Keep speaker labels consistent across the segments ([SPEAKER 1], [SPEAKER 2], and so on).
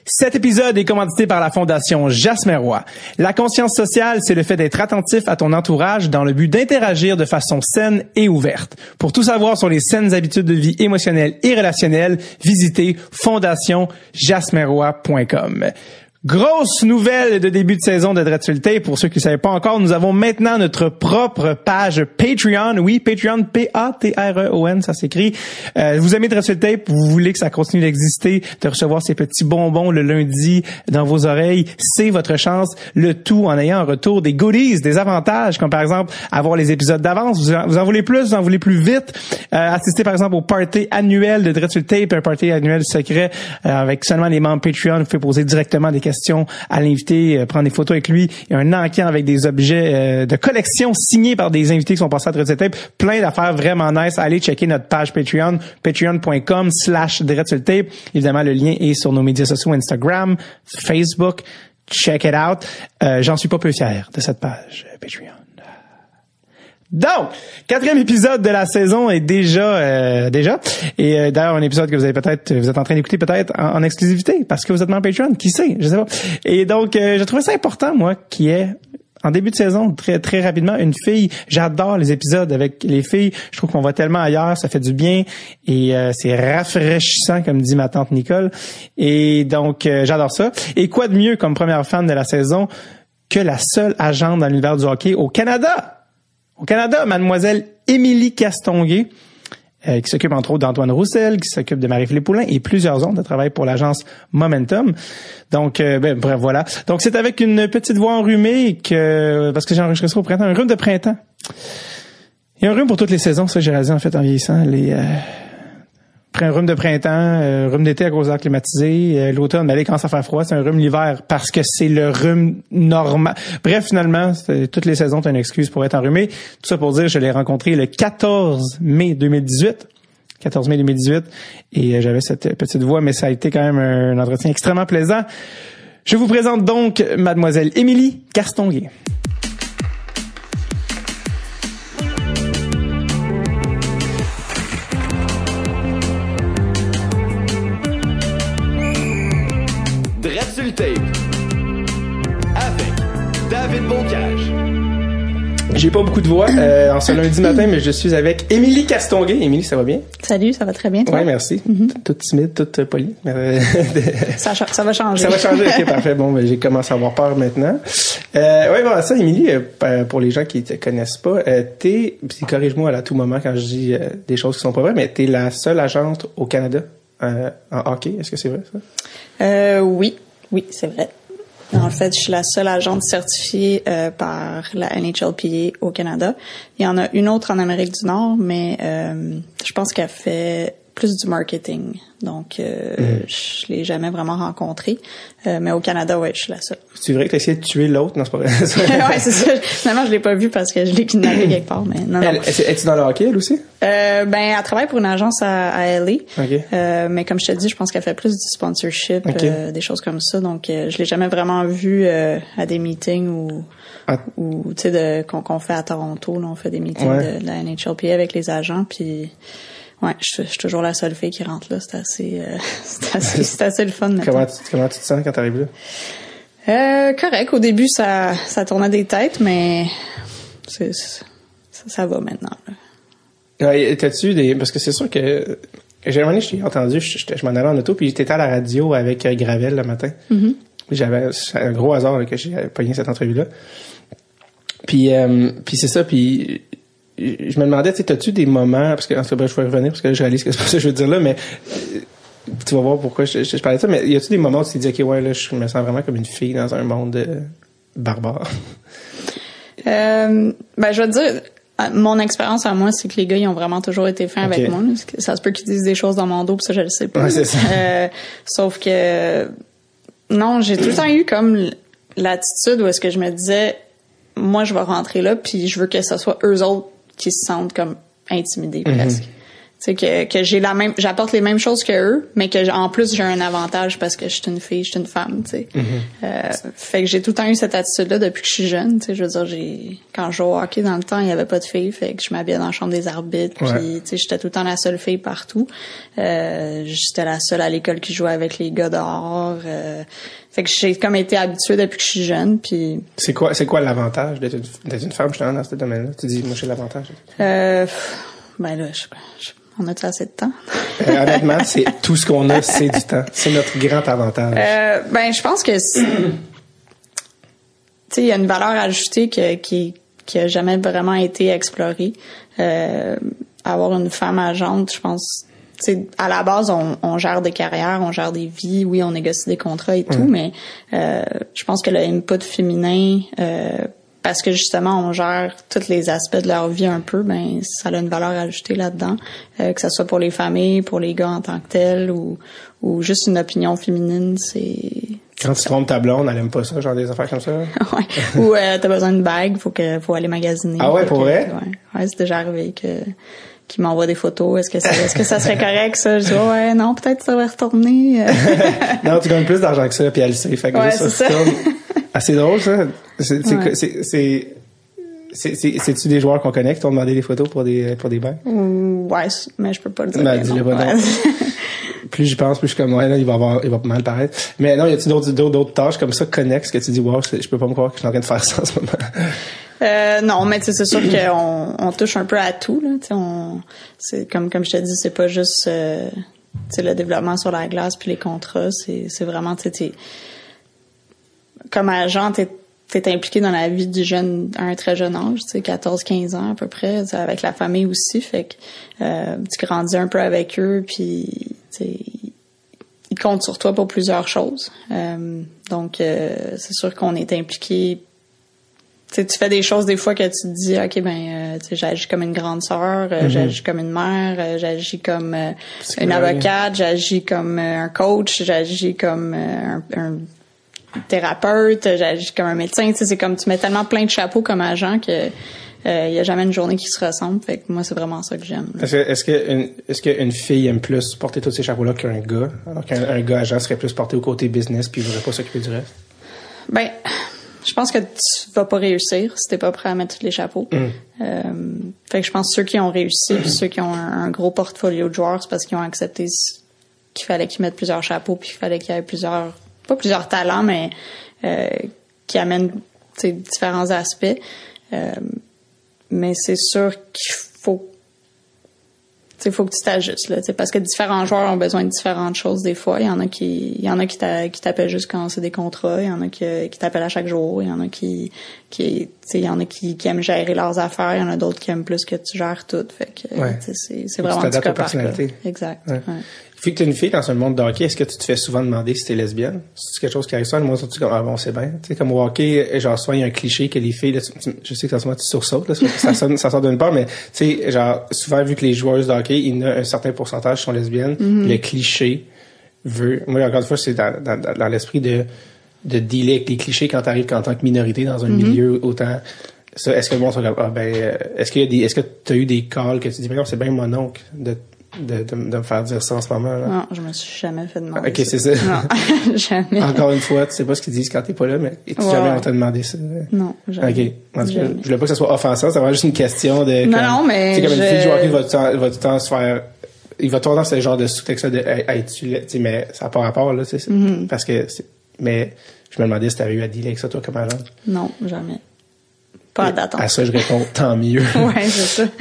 [SPEAKER 1] Cet épisode est commandité par la Fondation Jasmin Roy. La conscience sociale, c'est le fait d'être attentif à ton entourage dans le but d'interagir de façon saine et ouverte. Pour tout savoir sur les saines habitudes de vie émotionnelles et relationnelles, visitez fondationsjasminroy.com. Grosse nouvelle de début de saison de Dread sur le Tape. Pour ceux qui ne savaient pas encore, nous avons maintenant notre propre page Patreon. Oui, Patreon, P-A-T-R-E-O-N, ça s'écrit. Vous aimez Dread sur le Tape, vous voulez que ça continue d'exister, de recevoir ces petits bonbons le lundi dans vos oreilles, c'est votre chance. Le tout en ayant en retour des goodies, des avantages, comme par exemple avoir les épisodes d'avance. Vous en voulez plus, vous en voulez plus vite. Assister par exemple au party annuel de Dread sur le Tape, un party annuel secret avec seulement les membres Patreon. Vous pouvez poser directement des questions à l'invité, prendre des photos avec lui. Il y a un encan avec des objets de collection signés par des invités qui sont passés à Dread sur le Tape. Plein d'affaires vraiment nice. Allez checker notre page Patreon, patreon.com/Dread sur le Tape. Évidemment, le lien est sur nos médias sociaux, Instagram, Facebook. Check it out. J'en suis pas peu fier de cette page Patreon. Donc, 4e épisode de la saison est déjà. Et d'ailleurs, un épisode que vous êtes en train d'écouter peut-être en exclusivité parce que vous êtes membre Patreon, qui sait, je sais pas. Et donc, j'ai trouvé ça important, moi, qui est en début de saison, très très rapidement, une fille. J'adore les épisodes avec les filles. Je trouve qu'on va tellement ailleurs, ça fait du bien et c'est rafraîchissant, comme dit ma tante Nicole. Et donc, j'adore ça. Et quoi de mieux comme première fan de la saison que la seule agente dans l'univers du hockey au Canada? Au Canada, mademoiselle Émilie Castonguay, qui s'occupe entre autres d'Antoine Roussel, qui s'occupe de Marie-Philippe Poulin et plusieurs autres de travail pour l'agence Momentum. Donc, bref, voilà. Donc, c'est avec une petite voix enrhumée parce que j'ai enregistré ça au printemps, un rhume de printemps. Il y a un rhume pour toutes les saisons, ça j'ai réalisé en fait en vieillissant. Un rhume de printemps, rhume d'été à cause d'air climatisé, l'automne, mais quand ça fait froid, c'est un rhume l'hiver parce que c'est le rhume normal. Bref, finalement, toutes les saisons, t'as une excuse pour être enrhumé. Tout ça pour dire, je l'ai rencontré le 14 mai 2018, et j'avais cette petite voix, mais ça a été quand même un entretien extrêmement plaisant. Je vous présente donc mademoiselle Émilie Castonguay.
[SPEAKER 2] Tape avec David Bocage.
[SPEAKER 1] J'ai pas beaucoup de voix en ce lundi matin, mais je suis avec Émilie Castonguay. Émilie, ça va bien?
[SPEAKER 3] Salut, ça va très bien, toi?
[SPEAKER 1] Oui, merci. Toute timide, toute polie.
[SPEAKER 3] Ça va changer.
[SPEAKER 1] Ça va changer, ok, parfait. Bon, ben, j'ai commencé à avoir peur maintenant. Oui, voilà ça, Émilie, pour les gens qui te connaissent pas, puis corrige-moi à tout moment quand je dis des choses qui sont pas vraies, mais t'es la seule agente au Canada en hockey. Est-ce que c'est vrai, ça?
[SPEAKER 3] Oui, c'est vrai. En fait, je suis la seule agente certifiée par la NHLPA au Canada. Il y en a une autre en Amérique du Nord, mais je pense qu'elle fait plus du marketing. Donc, je l'ai jamais vraiment rencontrée. Mais au Canada, ouais, je suis la seule.
[SPEAKER 1] C'est vrai que t'as essayé de tuer l'autre? Non, c'est pas vrai.
[SPEAKER 3] Ouais, c'est ça. Finalement, je l'ai pas vue parce que je l'ai kidnappée quelque part, mais non.
[SPEAKER 1] Es-tu dans le hockey, elle aussi?
[SPEAKER 3] Elle travaille pour une agence à LA.
[SPEAKER 1] Okay.
[SPEAKER 3] Mais comme je te dis, je pense qu'elle fait plus du sponsorship, des choses comme ça. Donc, je l'ai jamais vraiment vue à des meetings ou tu sais, qu'on fait à Toronto. Là, on fait des meetings de la NHLPA avec les agents, puis ouais, je suis toujours la seule fille qui rentre là. C'est assez le fun.
[SPEAKER 1] Comment tu te sens quand t'arrives là?
[SPEAKER 3] Correct. Au début, ça tournait des têtes, mais ça va maintenant. Là.
[SPEAKER 1] Ouais, parce que c'est sûr que j'ai un moment donné, je t'ai entendu, je m'en allais en auto, puis j'étais à la radio avec Gravel le matin. Mm-hmm. J'avais un gros hasard là, que j'ai pogné cette entrevue-là. Puis c'est ça, puis je me demandais, tu sais, t'as-tu des moments, parce que en tout cas, je vais revenir parce que je réalise que c'est pas ça que je veux dire là, mais tu vas voir pourquoi je parlais de ça, mais y a-tu des moments où tu t'es dit, ok, ouais, là, je me sens vraiment comme une fille dans un monde barbare?
[SPEAKER 3] Je vais te dire, mon expérience à moi, c'est que les gars, ils ont vraiment toujours été fins avec moi. Ça se peut qu'ils disent des choses dans mon dos, puis ça, je le sais pas.
[SPEAKER 1] Ouais, c'est ça.
[SPEAKER 3] Sauf que, non, j'ai tout le temps eu comme l'attitude où est-ce que je me disais, moi, je vais rentrer là, puis je veux que ce soit eux autres qui se sentent comme intimidés presque. Tu sais, que j'apporte les mêmes choses que eux, mais que en plus j'ai un avantage parce que je suis une fille, je suis une femme, tu sais. Fait que j'ai tout le temps eu cette attitude-là depuis que je suis jeune, tu sais. Je veux dire, quand je jouais au hockey dans le temps, il y avait pas de filles, fait que je m'habillais dans la chambre des arbitres, puis tu sais, j'étais tout le temps la seule fille partout. J'étais la seule à l'école qui jouait avec les gars dehors. Fait que j'ai comme été habituée depuis que je suis jeune, puis...
[SPEAKER 1] C'est quoi l'avantage d'être une femme, justement, dans ce domaine-là? Tu dis, moi, j'ai l'avantage.
[SPEAKER 3] Ben là, on a-tu assez de temps?
[SPEAKER 1] Honnêtement, c'est tout ce qu'on a, c'est du temps. C'est notre grand avantage.
[SPEAKER 3] Ben, je pense que, tu sais, il y a une valeur ajoutée qui a jamais vraiment été explorée. Avoir une femme agente, je pense, tu sais, à la base, on gère des carrières, on gère des vies, oui, on négocie des contrats et tout, mais je pense que le input féminin, parce que justement on gère tous les aspects de leur vie un peu, ben ça a une valeur ajoutée là-dedans, que ça soit pour les familles, pour les gars en tant que tels, ou juste une opinion féminine, c'est...
[SPEAKER 1] Quand tu trompes ta blonde, elle aime pas ça, genre des affaires comme ça?
[SPEAKER 3] Ouais. Ou t'as besoin d'une bague, faut aller magasiner.
[SPEAKER 1] Ah ouais, pour vrai?
[SPEAKER 3] Ouais, c'est déjà arrivé qui m'envoie des photos. Est-ce que ça serait correct, ça? Je dis, ouais, non, peut-être ça va retourner.
[SPEAKER 1] Non, tu gagnes plus d'argent que ça, puis elle le sait. Fait que
[SPEAKER 3] ouais,
[SPEAKER 1] ça,
[SPEAKER 3] c'est ça.
[SPEAKER 1] C'est drôle, ça. C'est-tu des joueurs qu'on connaît qui t'ont demandé des photos pour des bagues?
[SPEAKER 3] Ouais, mais je peux pas le dire.
[SPEAKER 1] Ben, dis-le pas, non. Plus j'y pense, plus je suis comme, ouais, là, il va mal paraître. Mais non, y a-tu d'autres tâches comme ça connexes que tu dis, wow, je peux pas me croire que je suis en train de faire ça en ce moment?
[SPEAKER 3] Non, mais tu sais, c'est sûr qu'on touche un peu à tout, là. Tu sais, c'est comme je te dis, c'est pas juste, tu sais, le développement sur la glace puis les contrats, c'est vraiment, tu sais, comme agent, t'es impliqué dans la vie du jeune à un très jeune âge, tu sais, 14-15 ans à peu près, avec la famille aussi, fait que tu grandis un peu avec eux, puis tu sais, ils comptent sur toi pour plusieurs choses. Donc c'est sûr qu'on est impliqué. Tu sais, tu fais des choses des fois que tu te dis, ok, ben, tu sais, j'agis comme une grande sœur, j'agis comme une mère, j'agis comme une avocate, j'agis comme un coach, j'agis comme un thérapeute, j'agis comme un médecin. Tu sais, c'est comme tu mets tellement plein de chapeaux comme agent que y a jamais une journée qui se ressemble. Fait que moi, c'est vraiment ça que j'aime.
[SPEAKER 1] Est-ce qu'une fille aime plus porter tous ces chapeaux-là qu'un gars, alors qu'un gars agent serait plus porté au côté business puis il voudrait pas s'occuper du reste?
[SPEAKER 3] Ben, je pense que tu vas pas réussir si t'es pas prêt à mettre tous les chapeaux. Fait que je pense que ceux qui ont réussi puis ceux qui ont un gros portfolio de joueurs, c'est parce qu'ils ont accepté qu'il fallait qu'ils mettent plusieurs chapeaux puis qu'il fallait qu'il y ait pas plusieurs talents, mais qui amènent différents aspects. Mais c'est sûr qu'il faut que tu t'ajustes, là, parce que différents joueurs ont besoin de différentes choses des fois. Il y en a qui t'appellent juste quand c'est des contrats, il y en a qui t'appellent à chaque jour, il y en a qui aiment gérer leurs affaires, il y en a d'autres qui aiment plus que tu gères tout. Fait que c'est vraiment du cas par cas. Exact. Ouais.
[SPEAKER 1] Vu que t'es une fille dans un monde de hockey, est-ce que tu te fais souvent demander si t'es lesbienne? C'est quelque chose qui arrive ça? Moi, surtout comme, bon, c'est bien. Tu sais, comme au hockey, genre, souvent, il y a un cliché que les filles, là, je sais que ça tu sursautes, là, ça sort d'une part, mais, tu sais, genre, souvent, vu que les joueuses de hockey, il y en a un certain pourcentage qui sont lesbiennes, le cliché veut, moi, encore une fois, c'est dans l'esprit de dealer avec les clichés quand t'arrives en tant que minorité dans un milieu autant, ça, est-ce que bon, est-ce que t'as eu des calls que tu dis, mais non, c'est bien mon oncle de me faire dire ça en ce moment, là?
[SPEAKER 3] Non, je me suis jamais fait demander.
[SPEAKER 1] Ok, c'est ça.
[SPEAKER 3] Non, jamais.
[SPEAKER 1] Encore une fois, tu sais pas ce qu'ils disent quand t'es pas là, mais jamais on t'a demandé ça.
[SPEAKER 3] Non, jamais.
[SPEAKER 1] Ok. Je voulais pas que ça soit offensant, ça va juste une question de...
[SPEAKER 3] Non, mais...
[SPEAKER 1] Tu sais, comme une fille joue hockey va tout le temps se faire... Il va tout le temps ce genre de sous-texte de tu sais, mais ça n'a pas rapport, là, tu sais. Parce que... Mais je me demandais si t'avais eu à dealer avec ça, toi, comme agent.
[SPEAKER 3] Non, jamais. Pas d'attente.
[SPEAKER 1] À ça, je réponds, tant mieux.
[SPEAKER 3] Ouais, c'est ça.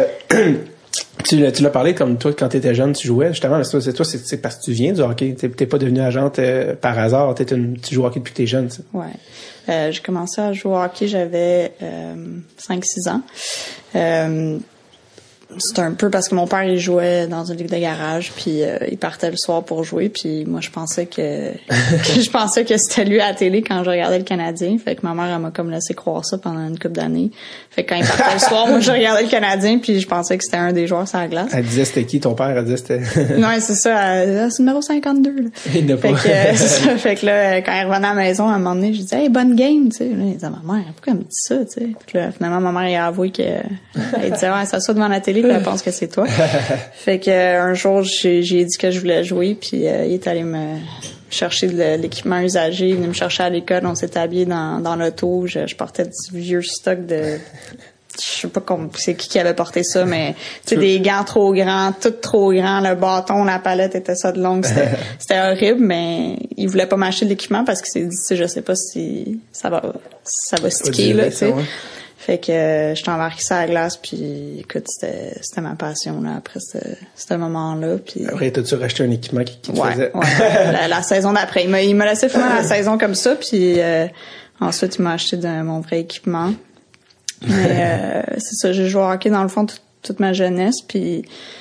[SPEAKER 1] Tu l'as parlé comme toi, quand t'étais jeune, tu jouais, justement, mais c'est parce que tu viens du hockey. T'es pas devenue agente par hasard. Tu joues au hockey depuis que t'es jeune, t'sais.
[SPEAKER 3] Ouais. J'ai commencé à jouer au hockey, j'avais 5-6 ans. C'était un peu parce que mon père, il jouait dans une ligue de garage, puis il partait le soir pour jouer, puis moi, je pensais que c'était lui à la télé quand je regardais le Canadien. Fait que ma mère, elle m'a comme laissé croire ça pendant une couple d'années. Fait que quand il partait le soir, moi, je regardais le Canadien, puis je pensais que c'était un des joueurs sur la glace.
[SPEAKER 1] Elle disait c'était qui, ton père? Elle disait c'était...
[SPEAKER 3] Non, c'est ça. C'est numéro 52, là.
[SPEAKER 1] Il n'a pas.
[SPEAKER 3] C'est ça. Fait que là, quand il revenait à la maison, à un moment donné, je disais, hey, bonne game, tu sais. Là, il disait, ma mère, pourquoi elle me dit ça, tu sais? Puis là, finalement, ma mère, elle a avoué elle disait, ouais, ça soit devant la télé télé puis elle pense que c'est toi. Fait que un jour, j'ai dit que je voulais jouer, puis il est allé me chercher de l'équipement usagé, il est venu me chercher à l'école, on s'est habillés dans l'auto, je portais du vieux stock de... Je sais pas c'est qui avait porté ça, mais tu sais, des gants trop grands, tout trop grands, le bâton, la palette était ça de longue, c'était horrible, mais il voulait pas m'acheter de l'équipement parce qu'il s'est dit, tu sais, je sais pas si ça va sticker, là, tu sais. Ouais. Fait que je t'ai embarqué ça à la glace, puis écoute, c'était ma passion, là, après ce moment-là. Puis
[SPEAKER 1] après, t'as-tu racheté un équipement qui te faisait?
[SPEAKER 3] Ouais. la saison d'après. Il m'a laissé finir la saison comme ça, puis ensuite, il m'a acheté mon vrai équipement. Mais c'est ça, j'ai joué au hockey dans le fond toute ma jeunesse, puis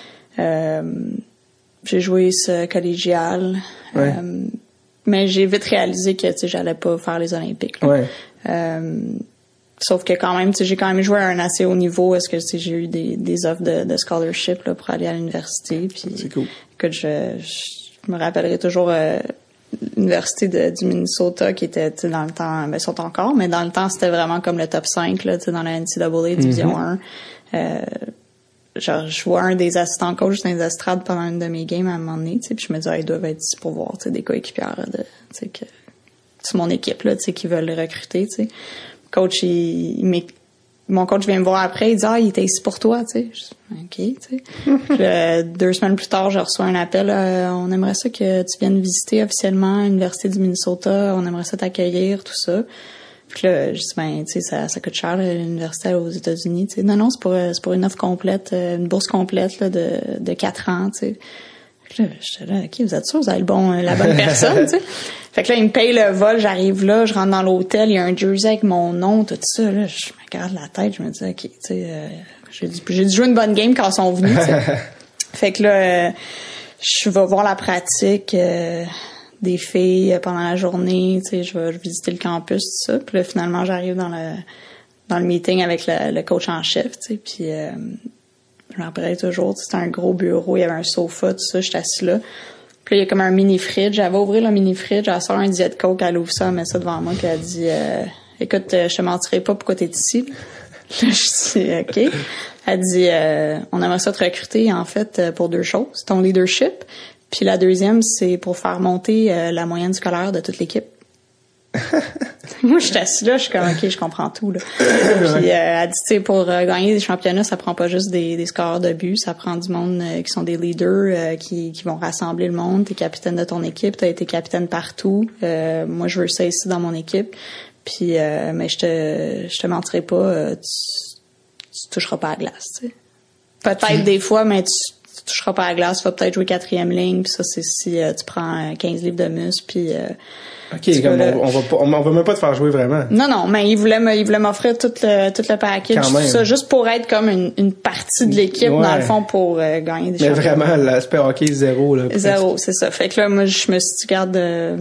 [SPEAKER 3] j'ai joué ce collégial. Ouais. Mais j'ai vite réalisé que tu sais j'allais pas faire les Olympiques. Là. Ouais. Sauf que quand même, tu sais, j'ai quand même joué à un assez haut niveau. Est-ce que tu sais, j'ai eu des offres de scholarship là pour aller à l'université. Puis
[SPEAKER 1] c'est cool.
[SPEAKER 3] Écoute, je me rappellerai toujours l'université du Minnesota qui était, tu sais, dans le temps, ben, sont encore, mais dans le temps, c'était vraiment comme le top 5, là, tu sais, dans la NCAA Division 1. Genre, je vois un des assistants coach dans les estrades pendant une de mes games à un moment donné, tu sais, puis je me dis, ils doivent être ici pour voir, tu sais, des coéquipières, tu sais, que, c'est mon équipe, là, tu sais, qui veulent les recruter, tu sais. Coach, mon coach vient me voir après, il dit, il était ici pour toi, tu sais. Je dis, OK, tu sais. 2 semaines plus tard, je reçois un appel, on aimerait ça que tu viennes visiter officiellement l'Université du Minnesota, on aimerait ça t'accueillir, tout ça. Puis là, je dis, tu sais, ça coûte cher, l'université aux États-Unis, tu sais. Non, c'est pour une offre complète, une bourse complète, là, de 4 ans, tu sais. Puis là, j'étais là, OK, vous êtes sûr, vous avez la bonne personne, tu sais. Fait que là, il me paye le vol, j'arrive là, je rentre dans l'hôtel, il y a un jersey avec mon nom, tout ça, là, je me garde la tête, je me dis, OK, tu sais, j'ai dû jouer une bonne game quand ils sont venus, tu sais. Fait que là, je vais voir la pratique des filles pendant la journée, tu sais, je vais visiter le campus, tout ça. Puis là, finalement, j'arrive dans le meeting avec le coach en chef, tu sais, puis je m'en rappelle toujours, c'était un gros bureau, il y avait un sofa, tout ça, j'étais assis là. Puis là, il y a comme un mini-fridge. J'avais ouvert le mini-fridge, elle sort un Diet Coke, elle ouvre ça, elle met ça devant moi, puis elle dit écoute, je te mentirai pas pourquoi t'es ici. Là, je dis OK. Elle dit on aimerait ça te recruter, en fait, pour 2 choses. Ton leadership, puis la deuxième, c'est pour faire monter la moyenne scolaire de toute l'équipe. Moi, je suis assise là, je suis comme, OK, je comprends tout, là. Puis, elle dit, tu sais, pour gagner des championnats, ça prend pas juste des scoreurs de but, ça prend du monde qui sont des leaders, qui vont rassembler le monde. T'es capitaine de ton équipe, t'as été capitaine partout. Moi, je veux ça ici dans mon équipe. Puis, mais je te mentirai pas, tu toucheras pas à la glace, tu sais. Peut-être des fois, mais tu toucheras pas à la glace, tu vas peut-être jouer 4e ligne, puis ça, c'est si tu prends 15 livres de muscle, puis
[SPEAKER 1] OK, comme on va même pas te faire jouer vraiment.
[SPEAKER 3] Non, mais il voulait m'offrir tout le package, tout ça, juste pour être comme une partie de l'équipe, dans le fond, pour gagner des championnats.
[SPEAKER 1] Mais vraiment, l'aspect hockey, 0, là.
[SPEAKER 3] 0, c'est ça. Fait que là, moi, je me suis dit, regarde,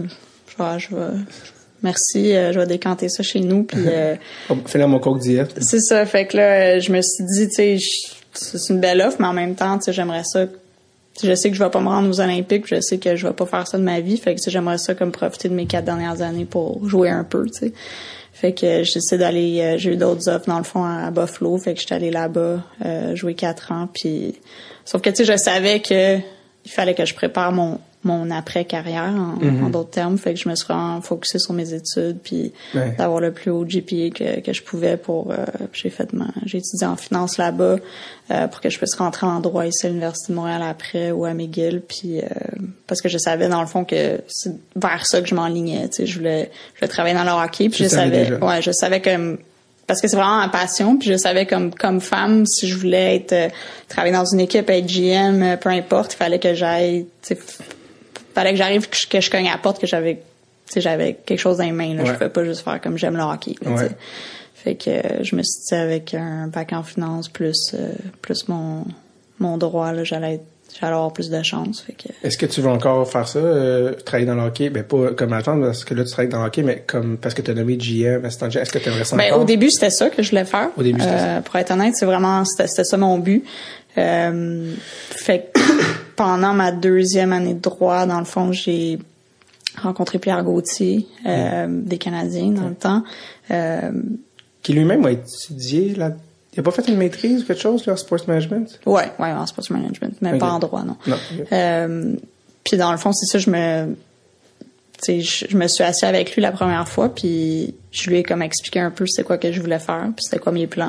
[SPEAKER 3] merci, je vais décanter ça chez nous, puis
[SPEAKER 1] finir mon coke diète.
[SPEAKER 3] C'est ça. Fait que là, je me suis dit, tu sais, c'est une belle offre, mais en même temps, tu sais, j'aimerais ça. Je sais que je vais pas me rendre aux Olympiques, je sais que je vais pas faire ça de ma vie, fait que j'aimerais ça comme profiter de mes 4 dernières années pour jouer un peu, tu sais. Fait que j'essaie d'aller, j'ai eu d'autres offres dans le fond à Buffalo, fait que j'étais allée là-bas jouer 4 ans, puis sauf que tu sais, je savais que il fallait que je prépare mon après-carrière en d'autres termes, fait que je me suis vraiment focusée sur mes études puis d'avoir le plus haut GPA que je pouvais pour j'ai étudié en finance là-bas pour que je puisse rentrer en droit ici à l'Université de Montréal après ou à McGill, puis parce que je savais dans le fond que c'est vers ça que je m'enlignais, tu sais, je voulais travailler dans le hockey, puis je savais que parce que c'est vraiment ma passion, puis je savais comme femme, si je voulais travailler dans une équipe, être GM, peu importe, il fallait que j'aille, tu sais, fallait que j'arrive, que je cogne à la porte, que j'avais quelque chose dans les mains, là. Je pouvais pas juste faire comme j'aime le hockey, là, tu sais. Fait que je me suis dit, avec un bac en finance plus mon droit, là, j'allais avoir plus de chance. Fait que...
[SPEAKER 1] Est-ce que tu veux encore faire ça, travailler dans le hockey? Ben, pas comme attendre, parce que là, tu travailles dans le hockey, mais comme, parce que t'as nommé GM, assistant GM, est-ce que t'aimerais ça encore?
[SPEAKER 3] Au début, c'était ça que je voulais faire.
[SPEAKER 1] Au début, c'était ça.
[SPEAKER 3] Pour être honnête, c'était ça mon but. Fait que pendant ma 2e année de droit, dans le fond, j'ai rencontré Pierre Gauthier, des Canadiens dans le temps.
[SPEAKER 1] Qui lui-même a étudié là. Il a pas fait une maîtrise ou quelque chose, là, en sports management?
[SPEAKER 3] Ouais, en sports management, mais pas en droit, non.
[SPEAKER 1] Non.
[SPEAKER 3] Puis dans le fond, c'est ça, je me suis assise avec lui la première fois, puis je lui ai comme expliqué un peu c'est quoi que je voulais faire, puis c'était quoi mes plans.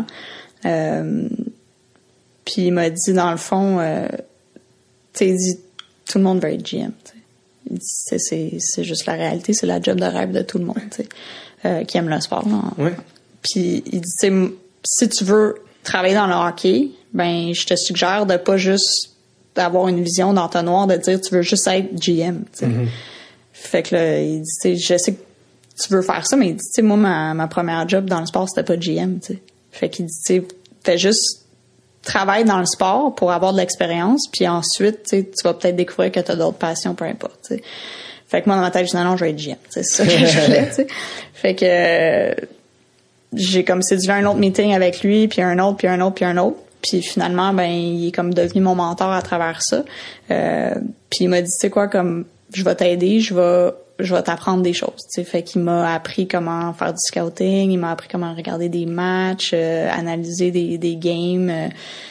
[SPEAKER 3] Puis il m'a dit, dans le fond, il dit, tout le monde veut être GM, t'sais. Il dit, c'est juste la réalité, c'est la job de rêve de tout le monde, qui aime le sport, là.
[SPEAKER 1] Ouais.
[SPEAKER 3] Puis il dit, si tu veux travailler dans le hockey, ben je te suggère de pas juste avoir une vision d'entonnoir, de dire tu veux juste être GM, t'sais. Mm-hmm. Fait que là, il dit, je sais que tu veux faire ça, mais il dit, moi, ma première job dans le sport, c'était pas GM, tu sais. Fait qu'il dit, fais juste travaille dans le sport pour avoir de l'expérience, puis ensuite, tu vas peut-être découvrir que t'as d'autres passions, peu importe, tu sais. Fait que moi, dans ma tête, je dis, non, je vais être GM, c'est ça que je voulais, tu sais. Fait que j'ai comme séduit un autre meeting avec lui, puis un autre, puis un autre, puis un autre. Puis finalement, ben, il est comme devenu mon mentor à travers ça. Puis il m'a dit, tu sais quoi, comme, je vais t'aider, je vais t'apprendre des choses, tu sais. Fait qu'il m'a appris comment faire du scouting, il m'a appris comment regarder des matchs, analyser des games.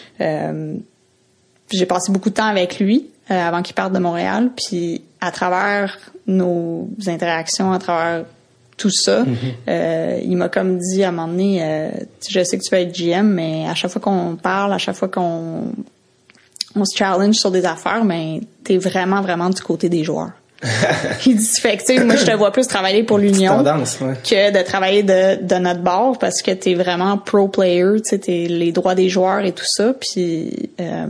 [SPEAKER 3] J'ai passé beaucoup de temps avec lui avant qu'il parte de Montréal, puis à travers nos interactions, à travers tout ça, il m'a comme dit à un moment donné, je sais que tu vas être GM, mais à chaque fois qu'on parle, à chaque fois qu'on se challenge sur des affaires, mais t'es vraiment, vraiment du côté des joueurs. Il dit, fait que, tu sais, moi, je te vois plus travailler pour l'Union que de travailler de notre bord, parce que t'es vraiment pro player, tu sais, t'es les droits des joueurs et tout ça, puis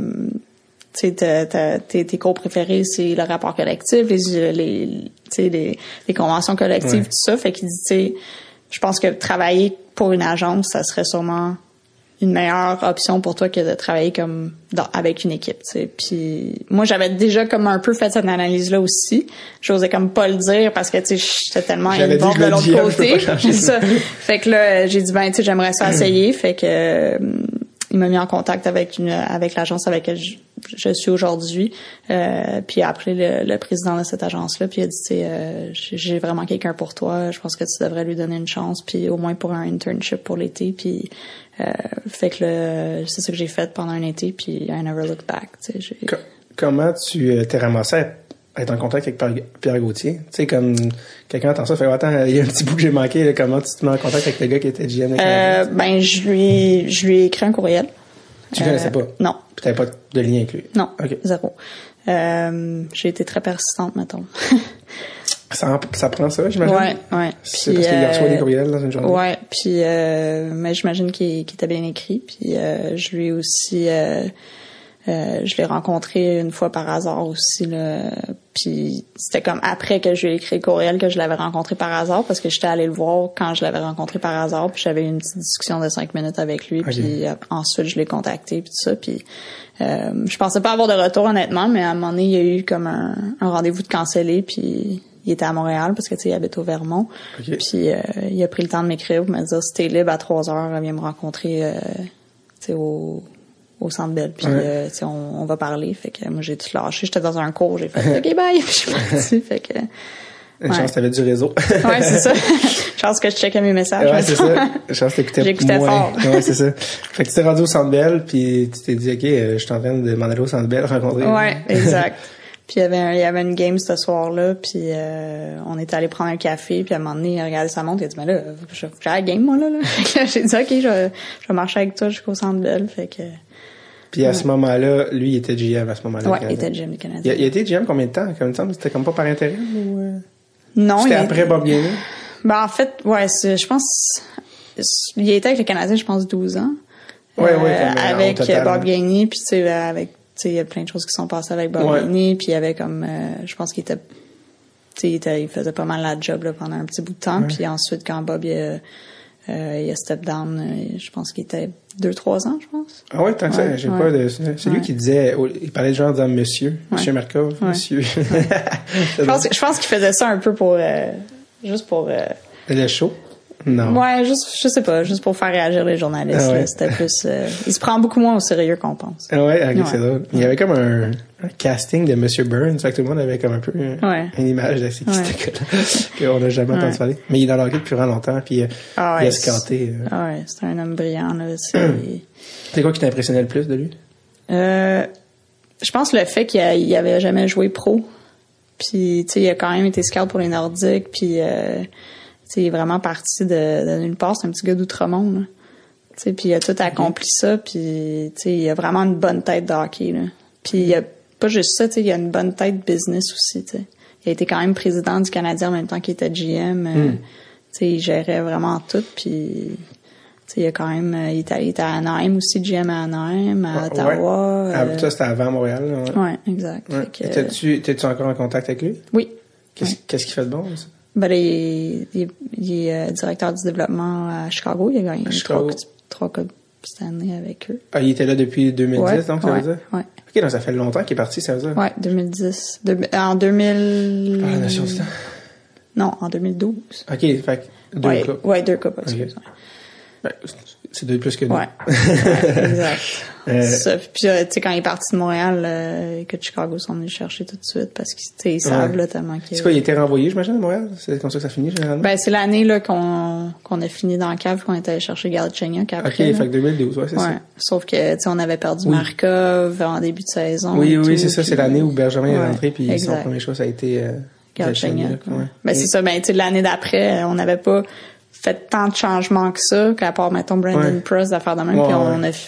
[SPEAKER 3] tu sais, tes cours préférés, c'est le rapport collectif, les conventions collectives, tout ça. Fait qu'il dit, tu sais, je pense que travailler pour une agence, ça serait sûrement une meilleure option pour toi que de travailler comme avec une équipe, tu sais. Puis moi, j'avais déjà comme un peu fait cette analyse-là aussi. J'osais comme pas le dire parce que, tu sais, j'étais tellement involvée de l'autre côté. C'est ça. Fait que là, j'ai dit, ben, tu sais, j'aimerais ça essayer. Fait que il m'a mis en contact avec l'agence avec laquelle je suis aujourd'hui. Puis après le président de cette agence-là, puis il a dit, tu sais, j'ai vraiment quelqu'un pour toi. Je pense que tu devrais lui donner une chance, puis au moins pour un internship pour l'été. Puis fait que c'est ça que j'ai fait pendant un été, puis I never looked back. Tu sais,
[SPEAKER 1] comment tu t'es ramassé à être en contact avec Pierre Gauthier? Tu sais, comme quelqu'un entend ça, fait attends, il y a un petit bout que j'ai manqué. Là, comment tu te mets en contact avec le gars qui était GM?
[SPEAKER 3] Ben je lui ai écrit un courriel.
[SPEAKER 1] Tu connaissais pas?
[SPEAKER 3] Non.
[SPEAKER 1] Puis t'avais pas de lien avec lui?
[SPEAKER 3] Non.
[SPEAKER 1] Okay.
[SPEAKER 3] Zéro. J'ai été très persistante, mettons.
[SPEAKER 1] Ça prend ça, j'imagine?
[SPEAKER 3] Ouais.
[SPEAKER 1] C'est parce qu'il reçoit des courriels dans une journée?
[SPEAKER 3] Ouais, puis mais j'imagine qu'il était bien écrit. Puis je lui ai aussi... je l'ai rencontré une fois par hasard aussi, là. Puis c'était comme après que je lui ai écrit le courriel que je l'avais rencontré par hasard, parce que j'étais allée le voir quand je l'avais rencontré par hasard, puis j'avais eu une petite discussion de 5 minutes avec lui, puis ensuite je l'ai contacté, puis tout ça, puis je pensais pas avoir de retour honnêtement, mais à un moment donné, il y a eu comme un rendez-vous de cancellé, puis il était à Montréal parce que tu sais il habite au Vermont. Okay. Puis il a pris le temps de m'écrire pour me dire si t'es libre à 3h, viens me rencontrer tu sais au Centre Bell, puis on va parler. Fait que moi j'ai tout lâché, j'étais dans un cours, j'ai fait OK bye, puis je suis partie. Fait que
[SPEAKER 1] une chance t'avais du réseau.
[SPEAKER 3] Ouais, c'est ça. Chance que je checkais mes messages.
[SPEAKER 1] Ouais, c'est ça. Chance que t'écoutais
[SPEAKER 3] J'écoutais
[SPEAKER 1] moins.
[SPEAKER 3] fort.
[SPEAKER 1] Ouais, c'est ça. Fait que tu t'es rendu au Centre Bell, puis tu t'es dit OK, je suis en train de m'en aller au Centre Bell rencontrer.
[SPEAKER 3] Ouais, exact. Puis il y avait une game ce soir-là, puis on était allé prendre un café, puis à un moment donné, il a regardé sa montre, il a dit mais là, j'ai la game moi là. Fait que j'ai dit OK, je vais marcher avec toi jusqu'au Centre Bell, fait que.
[SPEAKER 1] Puis à ce moment-là, lui, il était GM à ce moment-là.
[SPEAKER 3] Ouais, il était GM du Canadien.
[SPEAKER 1] Il a été GM combien de temps? Comme ça, c'était comme pas par intérim ou
[SPEAKER 3] Non.
[SPEAKER 1] C'était après Bob Gainey?
[SPEAKER 3] Ben en fait, ouais, je pense il a été avec le Canadien, je pense 12 ans.
[SPEAKER 1] Ouais,
[SPEAKER 3] avec Bob Gainey, puis tu sais avec il y a plein de choses qui sont passées avec Bob Gainey, puis il y avait comme je pense qu'il était il faisait pas mal la job là, pendant un petit bout de temps, puis ensuite quand Bob il a step down, je pense qu'il était 2-3 ans, je pense.
[SPEAKER 1] Ah ouais, tant que ça, j'ai pas de... C'est lui qui disait, il parlait de genre de monsieur Markov, monsieur.
[SPEAKER 3] Je pense qu'il faisait ça un peu pour, juste pour...
[SPEAKER 1] Le show? Non.
[SPEAKER 3] Ouais, je sais pas, juste pour faire réagir les journalistes.
[SPEAKER 1] Ah ouais.
[SPEAKER 3] Là, c'était plus... il se prend beaucoup moins au sérieux qu'on pense.
[SPEAKER 1] Ah ouais, ok,
[SPEAKER 3] Ouais.
[SPEAKER 1] c'est drôle. Il y avait comme un casting de Monsieur Burns, fait que tout le monde avait comme un peu une image de c'est qui
[SPEAKER 3] Ouais.
[SPEAKER 1] c'était qu'on n'a jamais entendu parler. Mais il est dans l'hockey depuis vraiment longtemps, puis il a scouté.
[SPEAKER 3] Ah ouais, c'est un homme brillant, là.
[SPEAKER 1] C'est quoi qui t'impressionnait le plus de lui?
[SPEAKER 3] Je pense le fait qu'il avait jamais joué pro. Puis, tu sais, il a quand même été scout pour les Nordiques, puis... il est vraiment parti de nulle part. C'est un petit gars d'Outremont, là. Tu sais, puis il a tout accompli ça, puis tu sais, il a vraiment une bonne tête de hockey, là. Puis il a pas juste ça, tu sais, il a une bonne tête business aussi, tu sais. Il a été quand même président du Canadien en même temps qu'il était GM. Tu sais, il gérait vraiment tout, puis tu sais, il a quand même, il était à Anaheim aussi, GM à Anaheim, à Ottawa.
[SPEAKER 1] Ouais. Toi, c'était avant Montréal, là.
[SPEAKER 3] Ouais, exact.
[SPEAKER 1] Ouais. T'es-tu encore en contact avec lui?
[SPEAKER 3] Oui.
[SPEAKER 1] Qu'est-ce qu'il fait de bon, ça?
[SPEAKER 3] Ben, il est directeur du développement à Chicago. Il a gagné 3 Coupes Stanley avec eux.
[SPEAKER 1] Ah, il était là depuis 2010, donc, ça veut dire?
[SPEAKER 3] Ouais.
[SPEAKER 1] Ok, donc ça fait longtemps qu'il est parti, ça veut dire?
[SPEAKER 3] Ouais, 2010. En 2000...
[SPEAKER 1] Ah, la Nation du temps?
[SPEAKER 3] Non, en 2012.
[SPEAKER 1] Ok, fait que 2 coupes.
[SPEAKER 3] Ouais, 2 coupes, excuse.
[SPEAKER 1] Okay. Ben, c'est 2 plus que 2.
[SPEAKER 3] Ouais, exact. Ça, puis, tu sais, quand il est parti de Montréal, que Chicago sont venus chercher tout de suite parce qu'ils savent là, tellement qu'il...
[SPEAKER 1] C'est quoi, il a été renvoyé, j'imagine, à Montréal? C'est comme ça que ça finit, généralement?
[SPEAKER 3] Ben, c'est l'année là qu'on a fini dans la cave, qu'on était allé chercher Galchenyuk après.
[SPEAKER 1] Ok, fait que 2012, ouais, c'est ça.
[SPEAKER 3] Sauf que, tu sais, on avait perdu Markov en début de saison.
[SPEAKER 1] Oui, c'est ça, c'est l'année où Benjamin est rentré, puis
[SPEAKER 3] exact.
[SPEAKER 1] son premier choix, ça a été
[SPEAKER 3] Galchenyuk. Ben, c'est ça, ben, tu sais, l'année d'après, on n'avait pas fait tant de changements que ça, qu'à part, mettons, Brandon Prust d'affaires de même, puis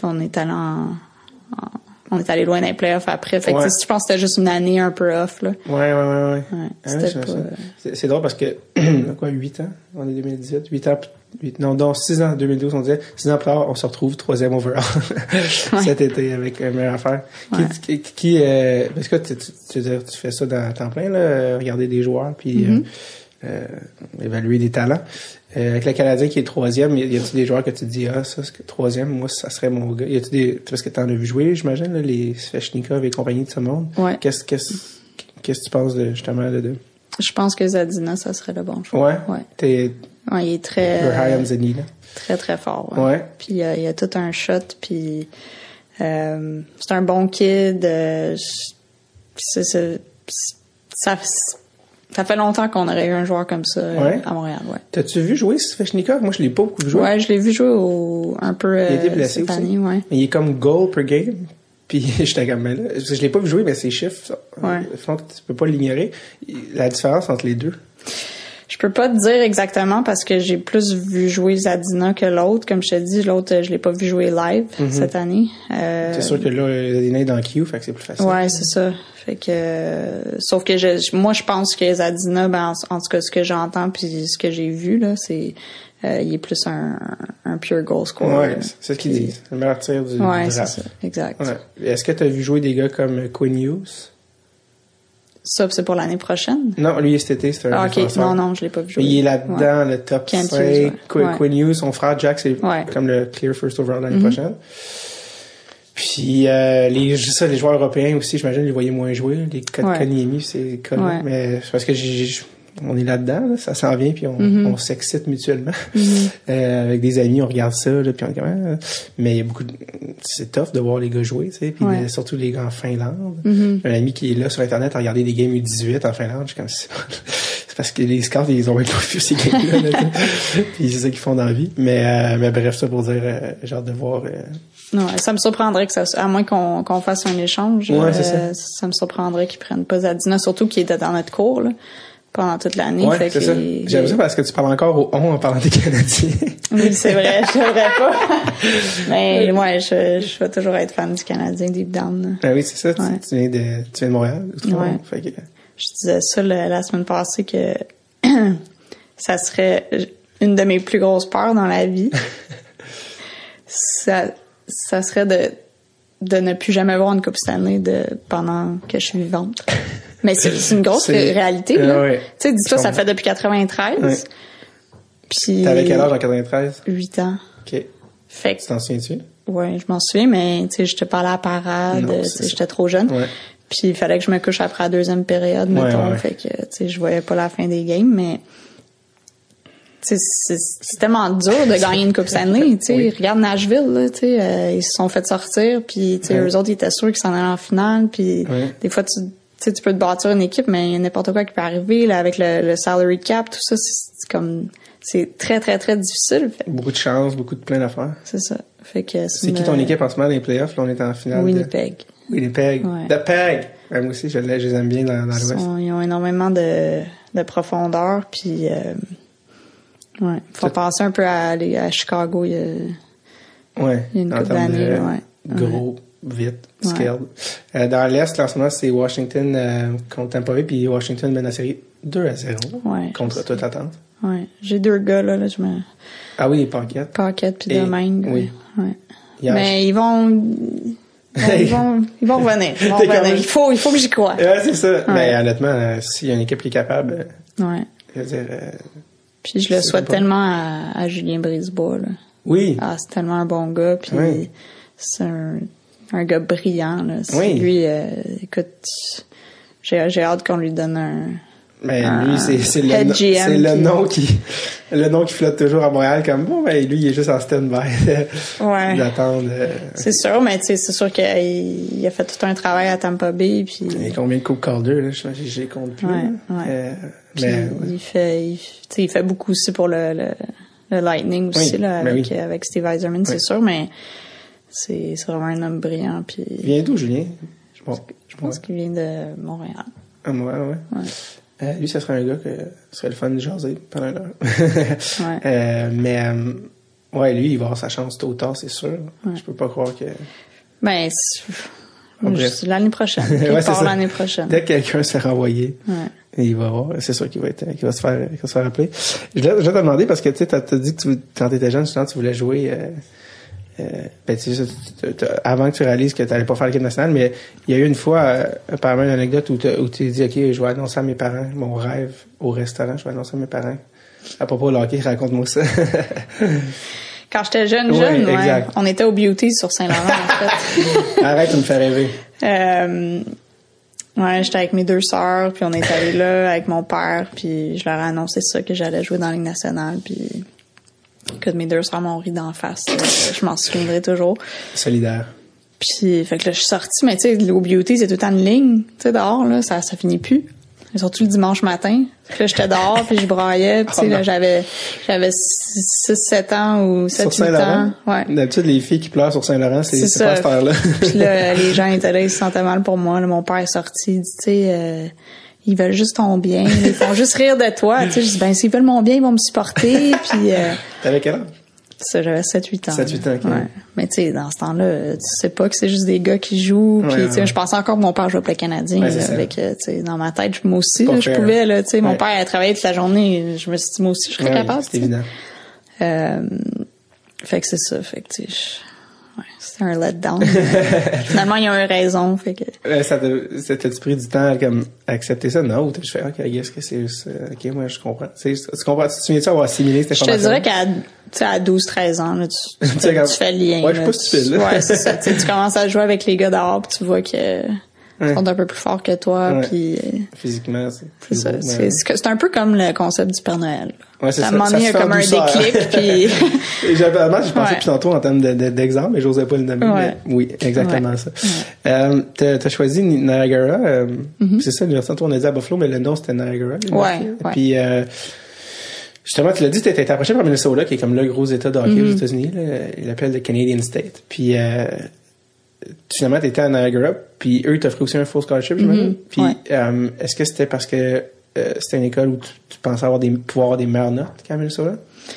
[SPEAKER 3] on est allé loin dans les playoffs après. Fait que, je pense que c'était juste une année un peu off, là.
[SPEAKER 1] Ouais.
[SPEAKER 3] C'était pas...
[SPEAKER 1] C'est drôle parce que, quoi, 8 ans? On est 2018, 8 ans, non, 6 ans, 2012, on disait, 6 ans plus tard, on se retrouve 3e overall. Cet été avec meilleure affaire. Parce que tu fais ça dans temps plein, là, regarder des joueurs, puis, évaluer des talents. Avec le Canadien qui est 3e, y a-t-il des joueurs que tu te dis, ça, c'est 3e, moi, ça serait mon gars? Y a-t-il parce que t'en as vu jouer, j'imagine, là, les Svechnikov et compagnie de ce monde?
[SPEAKER 3] Ouais.
[SPEAKER 1] Qu'est-ce que tu penses justement de?
[SPEAKER 3] Je pense que Zadina, ça serait le bon choix.
[SPEAKER 1] Ouais.
[SPEAKER 3] Il est très...
[SPEAKER 1] You're high on Zadina.
[SPEAKER 3] Très, très fort, ouais. Puis il y a tout un shot, puis c'est un bon kid. Ça fait longtemps qu'on aurait eu un joueur comme ça à Montréal, ouais.
[SPEAKER 1] T'as-tu vu jouer Svechnikov? Moi, je l'ai pas beaucoup joué.
[SPEAKER 3] Ouais, je l'ai vu jouer un peu
[SPEAKER 1] il a été blessé
[SPEAKER 3] cette
[SPEAKER 1] aussi.
[SPEAKER 3] année, ouais.
[SPEAKER 1] Mais il est comme goal per game. Puis j'étais comme là. Je l'ai pas vu jouer, mais ses chiffres, tu peux pas l'ignorer. La différence entre les deux.
[SPEAKER 3] Je peux pas te dire exactement parce que j'ai plus vu jouer Zadina que l'autre. Comme je te dis, l'autre, je l'ai pas vu jouer live cette année.
[SPEAKER 1] C'est sûr que là, Zadina est dans Q, fait que c'est plus facile.
[SPEAKER 3] Ouais, c'est ça. Fait que, sauf que moi, je pense que Zadina, ben, en tout cas, ce que j'entends puis ce que j'ai vu, là, c'est, il est plus un pure goal scorer.
[SPEAKER 1] Ouais, c'est ce qu'ils disent. Le meilleur tir du draft.
[SPEAKER 3] C'est ça. Exact.
[SPEAKER 1] Ouais. Est-ce que t'as vu jouer des gars comme Quinn Hughes?
[SPEAKER 3] Ça, c'est pour l'année prochaine?
[SPEAKER 1] Non, lui, cet été, c'est un défenseur.
[SPEAKER 3] Non, je l'ai pas vu jouer.
[SPEAKER 1] Mais il est là-dedans, le top 5. Quinn Hughes, son frère Jack, c'est comme le clear first overall l'année prochaine. Puis les joueurs européens aussi, j'imagine, les voyaient moins jouer. Les Kotkaniemi, c'est connu. Mais c'est parce que on est là-dedans, là, ça s'en vient, puis on s'excite mutuellement. Avec des amis, on regarde ça, là, puis on dit, mais il y a beaucoup c'est tough de voir les gars jouer, tu sais, puis surtout les gars en Finlande. J'ai un ami qui est là sur Internet à regarder des games U18 en Finlande, je suis comme c'est parce que les scouts, ils ont même pas vu ces games-là, puis c'est ça qu'ils font dans la vie. Mais bref, ça pour dire, j'ai hâte de voir...
[SPEAKER 3] Non, ça me surprendrait que à moins qu'on fasse un échange, ça me surprendrait qu'ils prennent pas Zadina, surtout qu'il était dans notre cours, là, pendant toute l'année.
[SPEAKER 1] Ouais, c'est ça. J'aime ça parce que tu parles encore au on en parlant des Canadiens.
[SPEAKER 3] Oui, c'est vrai, je devrais pas. Mais ouais, je vais toujours être fan du Canadien deep down.
[SPEAKER 1] Ah oui, c'est ça. Tu viens de Montréal. Fait que...
[SPEAKER 3] Je disais ça la semaine passée que ça serait une de mes plus grosses peurs dans la vie. Ça serait de ne plus jamais voir une Coupe Stanley pendant que je suis vivante. Mais c'est une grosse réalité, là. Tu sais, dis-toi, ça fait depuis 93. Ouais. Puis...
[SPEAKER 1] T'avais quel âge en 93?
[SPEAKER 3] 8 ans.
[SPEAKER 1] OK.
[SPEAKER 3] Fait que...
[SPEAKER 1] Tu t'en souviens-tu?
[SPEAKER 3] Ouais, je m'en souviens, mais tu sais, j'étais pas à la parade, j'étais trop jeune.
[SPEAKER 1] Ouais.
[SPEAKER 3] Puis il fallait que je me couche après la deuxième période, mettons. Fait que, tu sais, je voyais pas la fin des games, mais c'est tellement dur de gagner une Coupe Stanley, tu sais.
[SPEAKER 1] Oui.
[SPEAKER 3] Regarde Nashville, là, tu sais, ils se sont fait sortir, puis tu sais, eux autres, ils étaient sûrs qu'ils s'en allaient en finale, puis des fois, tu peux te bâtir une équipe, mais il y a n'importe quoi qui peut arriver, là, avec le salary cap, tout ça, c'est très, très, très difficile. Fait.
[SPEAKER 1] Beaucoup de chance, beaucoup de plein d'affaires.
[SPEAKER 3] C'est ça. Fait que
[SPEAKER 1] c'est qui ton équipe en ce moment dans les playoffs? Là, on est en finale.
[SPEAKER 3] Winnipeg.
[SPEAKER 1] Winnipeg.
[SPEAKER 3] Ouais.
[SPEAKER 1] The Peg! Ouais, moi aussi, je les aime bien dans l'Ouest.
[SPEAKER 3] Ils ont énormément de profondeur, puis faut penser un peu à aller à Chicago. Il y a une couple d'années.
[SPEAKER 1] Gros, vite, skilled. Dans l'Est, là, en ce moment, c'est Washington contre Tampa Bay, puis Washington mène la série 2-0 contre toute attente.
[SPEAKER 3] Ouais. J'ai 2 gars, là,
[SPEAKER 1] Ah oui, Paquette.
[SPEAKER 3] Paquette puis Domingue.
[SPEAKER 1] Oui.
[SPEAKER 3] Ouais. Mais ils vont revenir. Ils vont revenir. Il faut que j'y croie.
[SPEAKER 1] Ouais, c'est ça. Mais honnêtement, s'il y a une équipe qui est capable, je veux dire...
[SPEAKER 3] Puis je le souhaite tellement à Julien Brisebois, là.
[SPEAKER 1] Oui.
[SPEAKER 3] Ah, c'est tellement un bon gars, puis c'est un gars brillant, là. Lui, écoute, j'ai hâte qu'on lui donne un...
[SPEAKER 1] Mais lui, c'est le nom qui flotte toujours à Montréal comme bon, ben lui, il est juste en stand-by d'attendre.
[SPEAKER 3] C'est sûr, mais tu sais, c'est sûr qu'il a fait tout un travail à Tampa Bay, puis.
[SPEAKER 1] Il y a combien de Coupe Calder, là? Je les compte plus.
[SPEAKER 3] Mais il fait beaucoup aussi pour le Lightning aussi, là, avec Steve Yzerman, c'est sûr, mais c'est vraiment un homme brillant, puis.
[SPEAKER 1] Il vient d'où, Julien?
[SPEAKER 3] Je pense qu'il vient de Montréal.
[SPEAKER 1] Ah, Montréal, ouais. Lui, ça serait un gars que ce serait le fun de jaser pendant une heure. Mais lui, il va avoir sa chance tôt ou tard, c'est sûr. Je peux pas croire que...
[SPEAKER 3] Ben, l'année prochaine. Il part l'année prochaine.
[SPEAKER 1] Dès que quelqu'un se fait renvoyer, il va voir. C'est sûr qu'il va se faire appeler. Je vais te demander parce que tu sais, t'as dit que quand t'étais jeune, tu voulais jouer. Avant que tu réalises que tu n'allais pas faire l'équipe nationale, mais il y a eu une fois, apparemment, une anecdote où tu dis, OK, je vais annoncer à mes parents mon rêve au restaurant, je vais annoncer à mes parents. À propos de hockey, raconte-moi ça.
[SPEAKER 3] Quand j'étais jeune, on était au Beauty sur Saint-Laurent, en fait.
[SPEAKER 1] Arrête de me faire rêver.
[SPEAKER 3] J'étais avec mes 2 sœurs, puis on est allés là avec mon père, puis je leur ai annoncé ça, que j'allais jouer dans la Ligue nationale, puis... que mes 2 sœurs m'ont ri d'en face. Je m'en souviendrai toujours.
[SPEAKER 1] Solidaire.
[SPEAKER 3] Puis, fait que là, je suis sortie, mais tu sais, au Beauty, c'est tout le temps une ligne, tu sais, dehors, là, ça finit plus. Surtout le dimanche matin. Fait que là, j'étais dehors, puis je braillais, puis tu sais, là, j'avais 6-7 ans ou 7-8 ans. Ouais.
[SPEAKER 1] D'habitude, les filles qui pleurent sur Saint-Laurent, c'est pas cette heure-là.
[SPEAKER 3] Puis là, les gens étaient là, ils se sentaient mal pour moi. Là, mon père est sorti, il dit, tu sais, ils veulent juste ton bien, ils font juste rire de toi. Tu sais, je dis, ben, s'ils veulent mon bien, ils vont me supporter, puis...
[SPEAKER 1] T'avais quel âge?
[SPEAKER 3] Ça, j'avais 7-8 ans.
[SPEAKER 1] 7-8 ans, OK.
[SPEAKER 3] Ouais. Mais tu sais, dans ce temps-là, tu sais pas que c'est juste des gars qui jouent. Puis tu sais, je pensais encore que mon père jouait pour le Canadien. Là, avec, tu sais, dans ma tête, moi aussi, là, je pouvais, là, tu sais, mon père a travaillé toute la journée. Je me suis dit, moi aussi, je serais capable.
[SPEAKER 1] C'est évident.
[SPEAKER 3] Fait que c'est ça. Fait que tu sais, c'était un letdown. Finalement, il y a une raison. Fait que...
[SPEAKER 1] ça t'a-tu pris du temps à accepter ça? Non, ou t'as juste fait, OK, est-ce que c'est juste, OK, moi, je comprends. Tu comprends, tu viens-tu avoir assimilé cette information?
[SPEAKER 3] Je te dirais qu'à 12-13 ans, là, tu fais le lien.
[SPEAKER 1] Ouais, je suis pas stupide, là.
[SPEAKER 3] Ouais, c'est ça. Tu commences à jouer avec les gars dehors, puis tu vois que ils sont un peu plus forts que toi, puis
[SPEAKER 1] physiquement,
[SPEAKER 3] c'est ça. Beau, c'est un peu comme le concept du Père Noël.
[SPEAKER 1] Ouais, c'est ça.
[SPEAKER 3] À un moment donné, il y a comme un déclic, puis...
[SPEAKER 1] J'ai pensé depuis tantôt en termes d'exemple, mais j'osais pas le nommer. Mais oui, exactement ça. T'as choisi Niagara, c'est ça, l'université on a dit à Buffalo, mais le nom c'était Niagara. Puis justement, tu l'as dit, t'étais approché par Minnesota, qui est comme le gros état de hockey aux États-Unis, là. Il l'appelle le Canadian State. Puis finalement, t'étais à Niagara, puis eux, ils t'offraient aussi un full scholarship, j'imagine. Puis est-ce que c'était parce que c'était une école où tu pensais pouvoir avoir des meilleures notes qu'à Minnesota?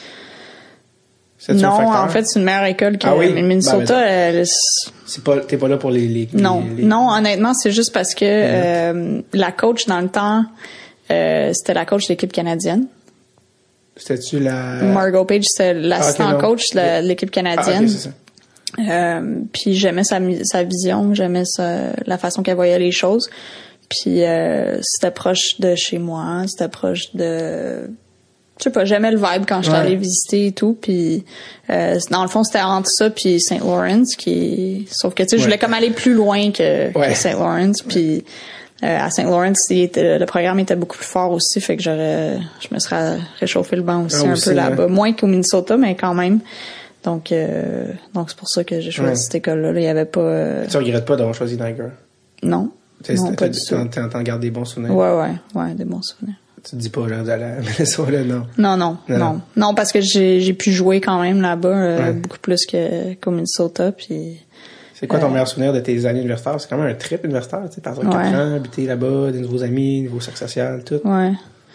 [SPEAKER 3] Non, en fait, c'est une meilleure école que Minnesota.
[SPEAKER 1] T'es pas là pour les
[SPEAKER 3] Non, honnêtement, c'est juste parce que la coach dans le temps, c'était la coach de l'équipe canadienne.
[SPEAKER 1] C'était-tu la...
[SPEAKER 3] Margot Page, c'était l'assistant coach de l'équipe canadienne.
[SPEAKER 1] C'est ça.
[SPEAKER 3] Puis j'aimais sa vision, j'aimais la façon qu'elle voyait les choses. Puis c'était proche de chez moi, c'était proche de... Je sais pas, j'aimais le vibe quand j'étais allée visiter et tout. Puis dans le fond, c'était entre ça puis St. Lawrence, sauf que tu sais, je voulais comme aller plus loin que St. Lawrence. Puis À St. Lawrence, le programme était beaucoup plus fort aussi, fait que je me serais réchauffé le banc aussi un peu là-bas. Moins qu'au Minnesota, mais quand même. Donc c'est pour ça que j'ai choisi cette école-là. Là, il y avait pas...
[SPEAKER 1] Tu regrettes pas d'avoir choisi Niagara?
[SPEAKER 3] Non. Non, pas du tout.
[SPEAKER 1] T'en gardes des bons souvenirs?
[SPEAKER 3] Ouais, des bons souvenirs.
[SPEAKER 1] Tu te dis pas, j'aurais dû aller à Minnesota, non?
[SPEAKER 3] Non, parce que j'ai pu jouer quand même là-bas, beaucoup plus qu'au Minnesota, puis...
[SPEAKER 1] C'est quoi ton meilleur souvenir de tes années universitaires? C'est quand même un trip universitaire, tu sais, partir 4 ans, habiter là-bas, des nouveaux amis, nouveaux cercles sociaux, tout.
[SPEAKER 3] Ouais.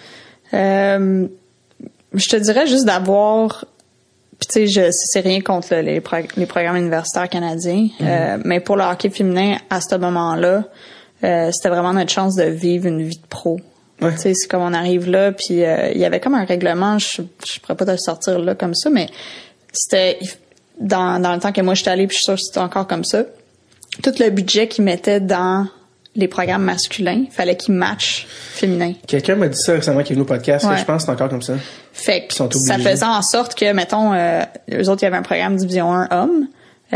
[SPEAKER 3] Je te dirais juste d'avoir... Puis tu sais, c'est rien contre les programmes universitaires canadiens, mais pour le hockey féminin, à ce moment-là, c'était vraiment notre chance de vivre une vie de pro. Ouais. Tu sais, c'est comme on arrive là, puis il y avait comme un règlement, je pourrais pas te le sortir là comme ça, mais c'était dans le temps que moi j'étais allée, puis je suis sûre que c'était encore comme ça. Tout le budget qu'ils mettaient dans les programmes masculins, fallait qu'ils matchent féminin. Quelqu'un
[SPEAKER 1] m'a dit ça récemment qui est venu au podcast, que je pense que c'est encore comme ça.
[SPEAKER 3] Fait que ça faisait en sorte que, mettons, eux autres, il y avait un programme Division 1 hommes,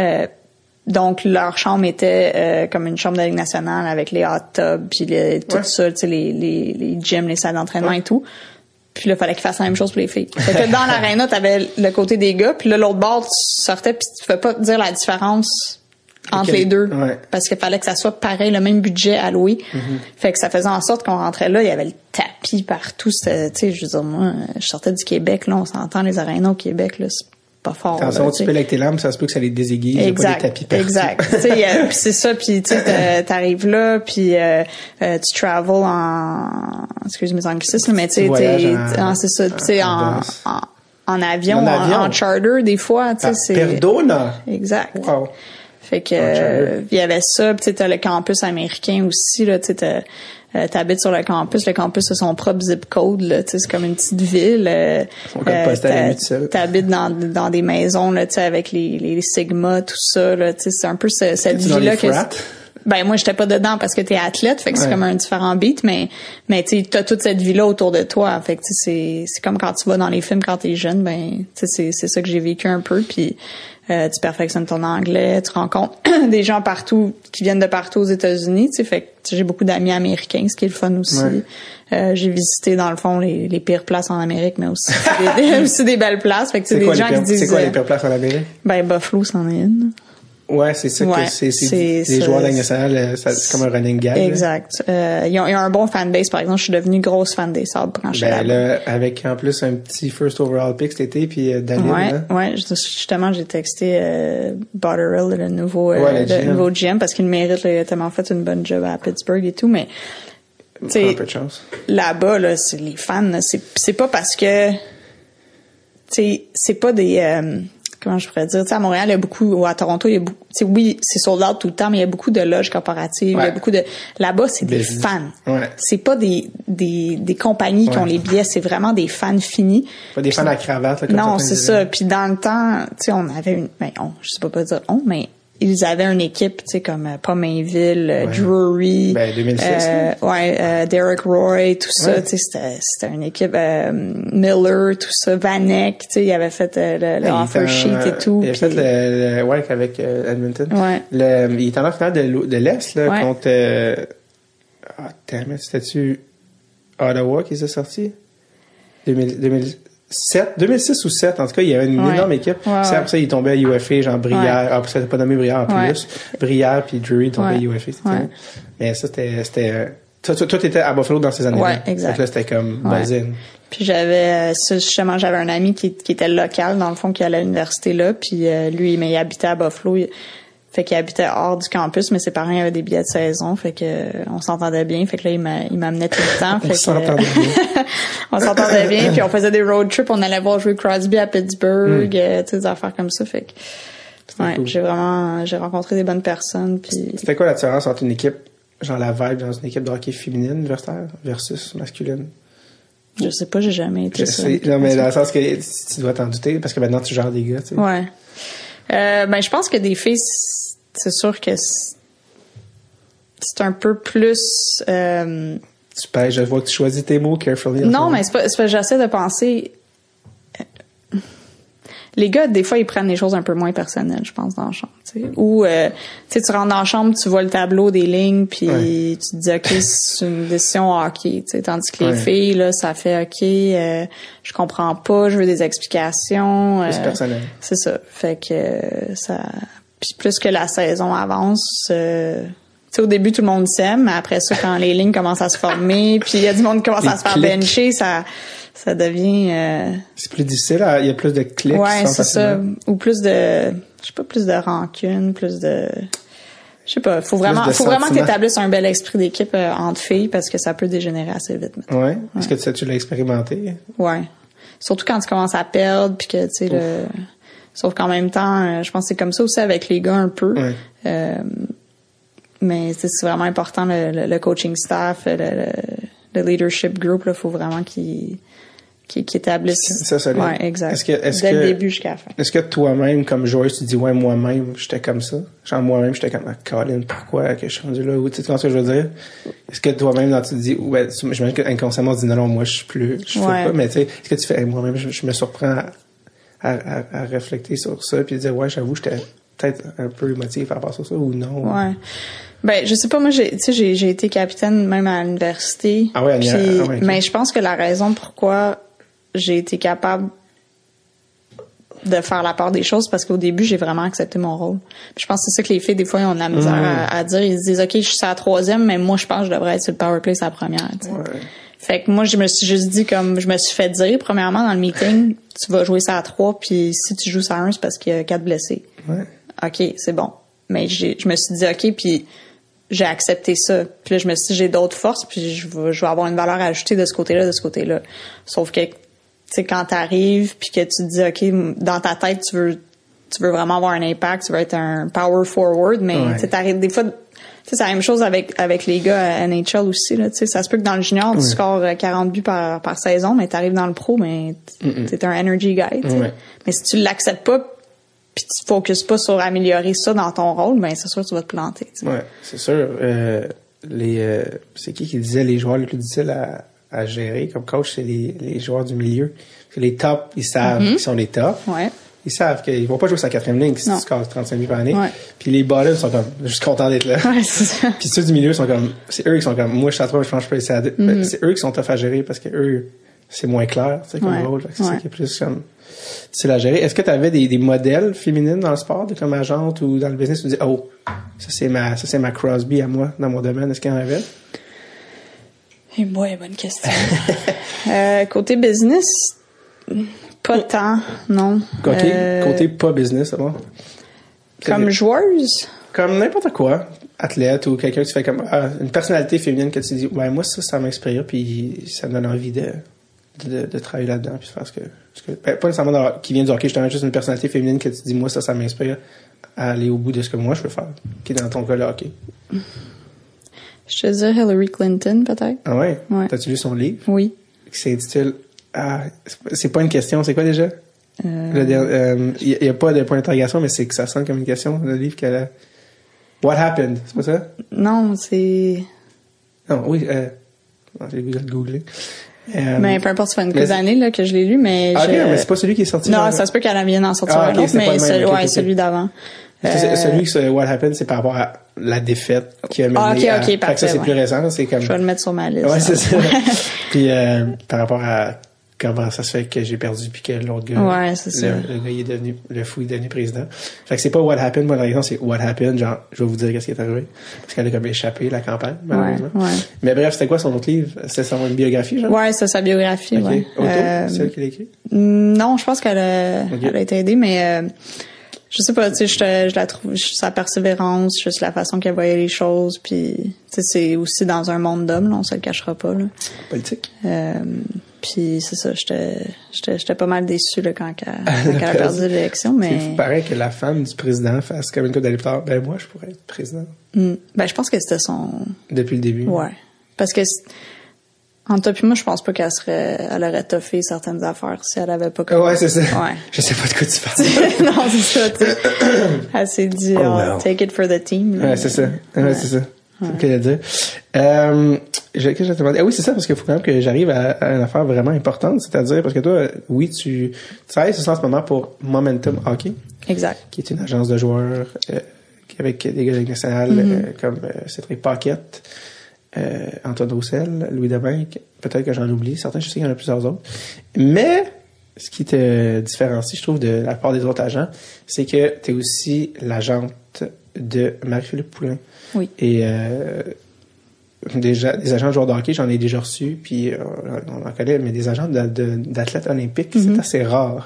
[SPEAKER 3] donc leur chambre était comme une chambre de Ligue nationale avec les hot tubs puis tout ça, tu sais, les gyms, les salles d'entraînement et tout. Puis là, il fallait qu'ils fassent la même chose pour les filles. Fait que dans l'aréna, t'avais le côté des gars, puis là, l'autre bord, tu sortais puis tu pouvais pas te dire la différence entre les deux. Ouais. Parce qu'il fallait que ça soit pareil, le même budget alloué. Fait que ça faisait en sorte qu'on rentrait là, il y avait le tapis partout. Tu sais, je veux dire, moi, je sortais du Québec, là, on s'entend les arénas au Québec, là, c'est pas fort.
[SPEAKER 1] Attention, tu peux avec tes lames, ça se peut que ça les désaiguise.
[SPEAKER 3] Exact.
[SPEAKER 1] Pas des tapis partout.
[SPEAKER 3] Exact. Tu sais, puis c'est ça, puis tu sais, t'arrives là, puis tu travel excuse mes anglicismes, mais tu sais, c'est ça, tu sais, en avion, en charter, des fois, tu sais, c'est...
[SPEAKER 1] Perdona!
[SPEAKER 3] Exact.
[SPEAKER 1] Wow.
[SPEAKER 3] Fait que il y avait ça, puis tu sais, t'as le campus américain aussi, là, tu sais, t'habites sur le campus a son propre zip code, là, tu sais, c'est comme une petite ville. T'habites dans des maisons, là, tu sais, avec les Sigma, tout ça, là, tu sais, c'est un peu cette vie-là que... Ben moi j'étais pas dedans parce que t'es athlète, fait que c'est comme un différent beat, mais tu sais t'as toute cette vie là autour de toi, fait que tu sais c'est comme quand tu vas dans les films quand t'es jeune, ben tu sais c'est ça que j'ai vécu un peu, puis tu perfectionnes ton anglais, tu rencontres des gens partout qui viennent de partout aux États-Unis, tu sais, fait que j'ai beaucoup d'amis américains, ce qui est le fun aussi. J'ai visité dans le fond les pires places en Amérique, mais aussi aussi des belles places, fait que c'est des gens qui disent
[SPEAKER 1] c'est quoi les pires places en Amérique?
[SPEAKER 3] Ben Buffalo c'en est une.
[SPEAKER 1] Ouais, c'est ça que c'est les joueurs de la Ligue nationale, c'est comme un running gag.
[SPEAKER 3] Exact. Ils ont un bon fanbase, par exemple. Je suis devenue grosse fan des Sabres quand je suis
[SPEAKER 1] là. Avec en plus un petit first overall pick cet été, puis David.
[SPEAKER 3] Ouais, justement, j'ai texté Botterill, le nouveau GM, parce qu'il mérite, il a tellement fait une bonne job à Pittsburgh et tout, mais tu sais, là-bas, là, c'est les fans, là, c'est pas parce que, tu sais, c'est pas des comment je pourrais dire, tu sais, à Montréal, il y a beaucoup, ou à Toronto, il y a beaucoup, tu sais, oui, c'est sold out tout le temps, mais il y a beaucoup de loges corporatives, il y a beaucoup de, là-bas, c'est des fans. Ouais. C'est pas des compagnies qui ont les billets, c'est vraiment des fans finis.
[SPEAKER 1] Pas des fans à cravate, là, comme
[SPEAKER 3] non, c'est ça. Puis dans le temps, tu sais, on avait je sais pas dire mais ils avaient une équipe, tu sais, comme Pomainville, Drury.
[SPEAKER 1] 2006.
[SPEAKER 3] Derek Roy, tout ça, tu sais, c'était une équipe, Miller, tout ça, Vanek, tu sais, il avait fait le offer sheet et tout.
[SPEAKER 1] Il a fait le work avec Edmonton. Ouais. Il était en finale de l'Est, là, contre, c'était-tu Ottawa qui s'est sorti? 2006 ou 7, en tout cas, il y avait une énorme équipe. C'est après ça, il tombait à UFA, genre Brière. Après ça, t'as pas nommé Brière en plus. Brière puis Drury tombaient à UFA. Mais ça, c'était toi, t'étais à Buffalo dans ces années-là.
[SPEAKER 3] Ouais, exact.
[SPEAKER 1] Donc là, c'était comme buzzing.
[SPEAKER 3] Puis j'avais un ami qui était local, dans le fond, qui allait à l'université là. Puis lui, il habitait à Buffalo. Fait qu'il habitait hors du campus, mais ses parents avaient des billets de saison, fait que on s'entendait bien. Fait que là, il m'amenait tout le temps. On s'entendait bien, puis on faisait des road trips, on allait voir jouer Crosby à Pittsburgh, tu sais, des affaires comme ça. Fait que cool. J'ai rencontré des bonnes personnes. Puis
[SPEAKER 1] c'était quoi la différence entre une équipe, genre la vibe dans une équipe de hockey féminine universitaire versus masculine?
[SPEAKER 3] Je sais pas, j'ai jamais été ça.
[SPEAKER 1] Non, mais dans le sens que tu dois t'en douter, parce que maintenant tu gères des gars, tu sais.
[SPEAKER 3] Ouais. Ben je pense que des filles, c'est sûr que c'est un peu plus
[SPEAKER 1] Super, je vois que tu choisis tes mots carefully.
[SPEAKER 3] Non, mais c'est pas j'essaie de penser les gars, des fois, ils prennent les choses un peu moins personnelles, je pense, dans la chambre, tu sais. Ou, tu sais, tu rentres dans la chambre, tu vois le tableau des lignes, puis tu te dis, OK, c'est une décision hockey, tu sais. Tandis que les filles, là, ça fait, OK, je comprends pas, je veux des explications.
[SPEAKER 1] C'est personnel.
[SPEAKER 3] C'est ça. Fait que ça... Puis plus que la saison avance... tu sais, au début, tout le monde s'aime, mais après ça, quand les lignes commencent à se former, puis il y a du monde qui commence à se faire bencher, ça devient...
[SPEAKER 1] C'est plus difficile, il y a plus de clics.
[SPEAKER 3] Ouais, c'est ça. Ou plus de... Je sais pas, plus de rancune, plus de... Je sais pas, faut vraiment que t'établisses un bel esprit d'équipe entre filles, parce que ça peut dégénérer assez vite. Maintenant.
[SPEAKER 1] Ouais. Est-ce que tu l'as expérimenté? Ouais.
[SPEAKER 3] Surtout quand tu commences à perdre, puis que, tu sais, Sauf qu'en même temps, je pense que c'est comme ça aussi avec les gars un peu. Ouais. Mais c'est vraiment important, le coaching staff, le leadership group, là, faut vraiment qu'ils établissent.
[SPEAKER 1] Ça,
[SPEAKER 3] ouais, exact. Dès le début jusqu'à la fin.
[SPEAKER 1] Est-ce que toi-même, comme joueur, tu te dis, ouais, moi-même, j'étais comme ça? Genre, moi-même, j'étais comme, Colin, pourquoi que je suis rendu là? Ou, tu sais ce que je veux dire? Est-ce que toi-même, tu te dis, ouais, j'imagine qu'inconsciemment, tu dis, non, moi, je fais pas, mais tu sais, est-ce que tu fais, moi-même, je me surprends à réfléchir sur ça, puis dire, ouais, j'avoue, j'étais peut-être un peu émotif par rapport à ça, ou non?
[SPEAKER 3] Ouais. Ben, je sais pas, moi, j'ai été capitaine même à l'université.
[SPEAKER 1] Ah ouais, okay.
[SPEAKER 3] Mais je pense que la raison pourquoi j'ai été capable de faire la part des choses, parce qu'au début, j'ai vraiment accepté mon rôle. Puis je pense que c'est ça que les filles, des fois, ils ont de la misère à dire. Ils se disent, OK, je suis à la 3e, mais moi, je pense que je devrais être sur le power play, c'est la première, tu sais. Ouais. Fait que moi, je me suis juste dit, comme je me suis fait dire, premièrement, dans le meeting, tu vas jouer ça à 3, puis si tu joues ça à 1, c'est parce qu'il y a 4 blessés.
[SPEAKER 1] Ouais.
[SPEAKER 3] OK, c'est bon. Mais je me suis dit, OK, puis j'ai accepté ça. Puis là, je me suis dit, j'ai d'autres forces, puis je vais avoir une valeur ajoutée de ce côté-là. Sauf que, tu sais, quand t'arrives, puis que tu te dis, OK, dans ta tête, tu veux vraiment avoir un impact, tu veux être un power forward, mais tu sais, t'arrives des fois... Tu sais, c'est la même chose avec les gars à NHL aussi, là. Tu sais, ça se peut que dans le junior, tu scores 40 buts par saison, mais t'arrives dans le pro, mais t'es un energy guy, tu sais. Ouais. Mais si tu l'acceptes pas, puis tu focuses pas sur améliorer ça dans ton rôle, ben c'est sûr que tu vas te planter, tu sais.
[SPEAKER 1] Ouais, c'est sûr. C'est qui disait les joueurs les plus difficiles à gérer comme coach, c'est les joueurs du milieu. Parce que les tops, ils savent qu'ils sont les tops.
[SPEAKER 3] Ouais.
[SPEAKER 1] Ils savent qu'ils vont pas jouer sa 4e ligne si tu scores 35 buts par année. Ouais. Puis les bottoms sont comme juste contents d'être là.
[SPEAKER 3] Ouais, c'est ça.
[SPEAKER 1] Puis ceux du milieu sont comme, c'est eux qui sont comme, moi je suis à 3, je pense que je peux essayer à c'est eux qui sont tough à gérer parce que eux, c'est moins clair, tu sais, comme rôle. C'est ça qui est plus comme, c'est à gérer. Est-ce que tu avais des modèles féminines dans le sport, comme agente ou dans le business, tu dis, oh, ça c'est ma Crosby à moi, dans mon domaine. Est-ce qu'il y en avait?
[SPEAKER 3] Eh boy, bonne question. Côté business, pas tant, non.
[SPEAKER 1] Côté pas business, c'est bon?
[SPEAKER 3] Comme joueuse?
[SPEAKER 1] Comme n'importe quoi. Athlète ou quelqu'un qui fait comme une personnalité féminine que tu dis, ouais, moi, ça m'inspire, puis ça me donne envie de travailler là-dedans, puis de faire ce que pas nécessairement qui vient du hockey, justement, juste une personnalité féminine que tu dis, moi, ça m'inspire à aller au bout de ce que moi, je peux faire, qui est dans ton cas, le hockey.
[SPEAKER 3] Je te dirais Hillary Clinton, peut-être.
[SPEAKER 1] Ah ouais? T'as-tu lu son livre?
[SPEAKER 3] Oui.
[SPEAKER 1] Qui s'intitule... c'est pas une question, c'est quoi déjà? Il y a pas de point d'interrogation, mais c'est que ça sonne comme une question, le livre qu'elle a... What Happened? C'est pas ça?
[SPEAKER 3] Non, c'est...
[SPEAKER 1] Non, oui, j'ai vu de le googler.
[SPEAKER 3] Mais peu importe, ça fait une couple d'années là, que je l'ai lu, mais...
[SPEAKER 1] Ah, ok, mais c'est pas celui qui est sorti.
[SPEAKER 3] Non, ça se peut qu'elle vienne en sortir un autre, mais celui d'avant.
[SPEAKER 1] Celui que What Happened, c'est par rapport à la défaite qui a mené à...
[SPEAKER 3] parfait,
[SPEAKER 1] ça, c'est plus récent, c'est comme...
[SPEAKER 3] Je vais le mettre sur ma liste.
[SPEAKER 1] Ouais, c'est ça. Puis, par rapport à comment ça se fait que j'ai perdu puis que l'autre gars...
[SPEAKER 3] Ouais, c'est ça.
[SPEAKER 1] Le gars, il est devenu... Le fou, il est devenu président. Fait que c'est pas What Happened, moi, la raison, c'est What Happened, genre, je vais vous dire qu'est-ce qui est arrivé. Parce qu'elle a comme échappé la campagne, malheureusement. Ouais. Mais bref, c'était quoi son autre livre? C'était une biographie, genre?
[SPEAKER 3] Ouais, c'est sa biographie,
[SPEAKER 1] ouais. Auto, c'est elle qui l'a écrit?
[SPEAKER 3] Non, je pense qu'elle a été aidée, mais... je sais pas, tu sais, je la trouve, sa persévérance, juste la façon qu'elle voyait les choses, puis tu sais, c'est aussi dans un monde d'hommes, là, on se le cachera pas, là.
[SPEAKER 1] Politique.
[SPEAKER 3] Puis c'est ça, j'étais pas mal déçu là quand elle a perdu l'élection, mais
[SPEAKER 1] c'est pareil que la femme du président fasse comme une couple d'années plus tard, ben moi je pourrais être président.
[SPEAKER 3] Ben je pense que c'était son
[SPEAKER 1] depuis le début.
[SPEAKER 3] Ouais, parce que entre toi et moi, je pense pas elle aurait toffé certaines affaires si elle avait pas comme...
[SPEAKER 1] Ouais, c'est ça.
[SPEAKER 3] Ouais.
[SPEAKER 1] Je sais pas de quoi tu parles.
[SPEAKER 3] Non, c'est ça, tu sais. Elle s'est dit, take it for the team. Là.
[SPEAKER 1] Ouais, c'est ça. Ouais, c'est ça. C'est ce qu'elle a dit. Qu'est-ce que je te demandais? Ah oui, c'est ça, parce qu'il faut quand même que j'arrive à une affaire vraiment importante, c'est-à-dire, parce que toi, oui, tu travailles sur ça en ce moment pour Momentum Hockey.
[SPEAKER 3] Exact.
[SPEAKER 1] Qui est une agence de joueurs, avec des gars de Ligue nationale, comme Cédric Paquette, Antoine Roussel, Louis Debenque, peut-être que j'en oublie, certains, je sais qu'il y en a plusieurs autres. Mais, ce qui te différencie, je trouve, de la part des autres agents, c'est que tu es aussi l'agente de Marie-Philippe Poulin.
[SPEAKER 3] Oui.
[SPEAKER 1] Et des agents de joueurs de hockey, j'en ai déjà reçu, puis on en connaît, mais des agents d'athlètes olympiques, c'est assez rare.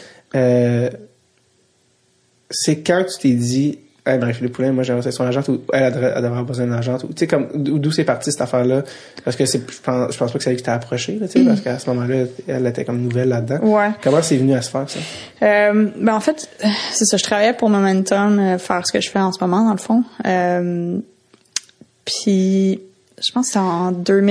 [SPEAKER 1] C'est quand tu t'es dit, hey, Marie-Philippe Poulin, moi j'aimerais son agente, ou elle devrait avoir besoin d'une agente, ou tu sais, comme d'où c'est parti cette affaire-là, parce que je pense pas que c'est elle qui t'a approché, là, tu sais, parce qu'à ce moment-là, elle était comme nouvelle là-dedans.
[SPEAKER 3] Ouais.
[SPEAKER 1] Comment c'est venu à se faire, ça?
[SPEAKER 3] Ben en fait, c'est ça, je travaillais pour Momentum, faire ce que je fais en ce moment, dans le fond. Puis, je pense que c'est en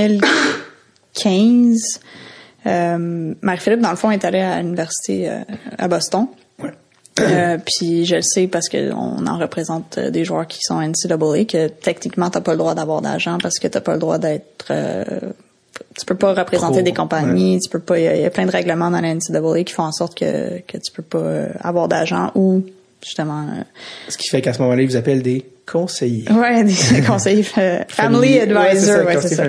[SPEAKER 3] 2015, Marie-Philippe, dans le fond, est allée à l'université à Boston.
[SPEAKER 1] Ouais.
[SPEAKER 3] Puis je le sais parce que on en représente des joueurs qui sont NCAA, que techniquement t'as pas le droit d'avoir d'agent parce que t'as pas le droit d'être tu peux pas représenter des compagnies, tu peux pas, il y a plein de règlements dans la NCAA qui font en sorte que tu peux pas avoir d'agent ou justement
[SPEAKER 1] ce qui fait qu'à ce moment-là, ils vous appellent des conseillers.
[SPEAKER 3] Ouais, des conseillers family advisor,
[SPEAKER 1] ouais, c'est ça.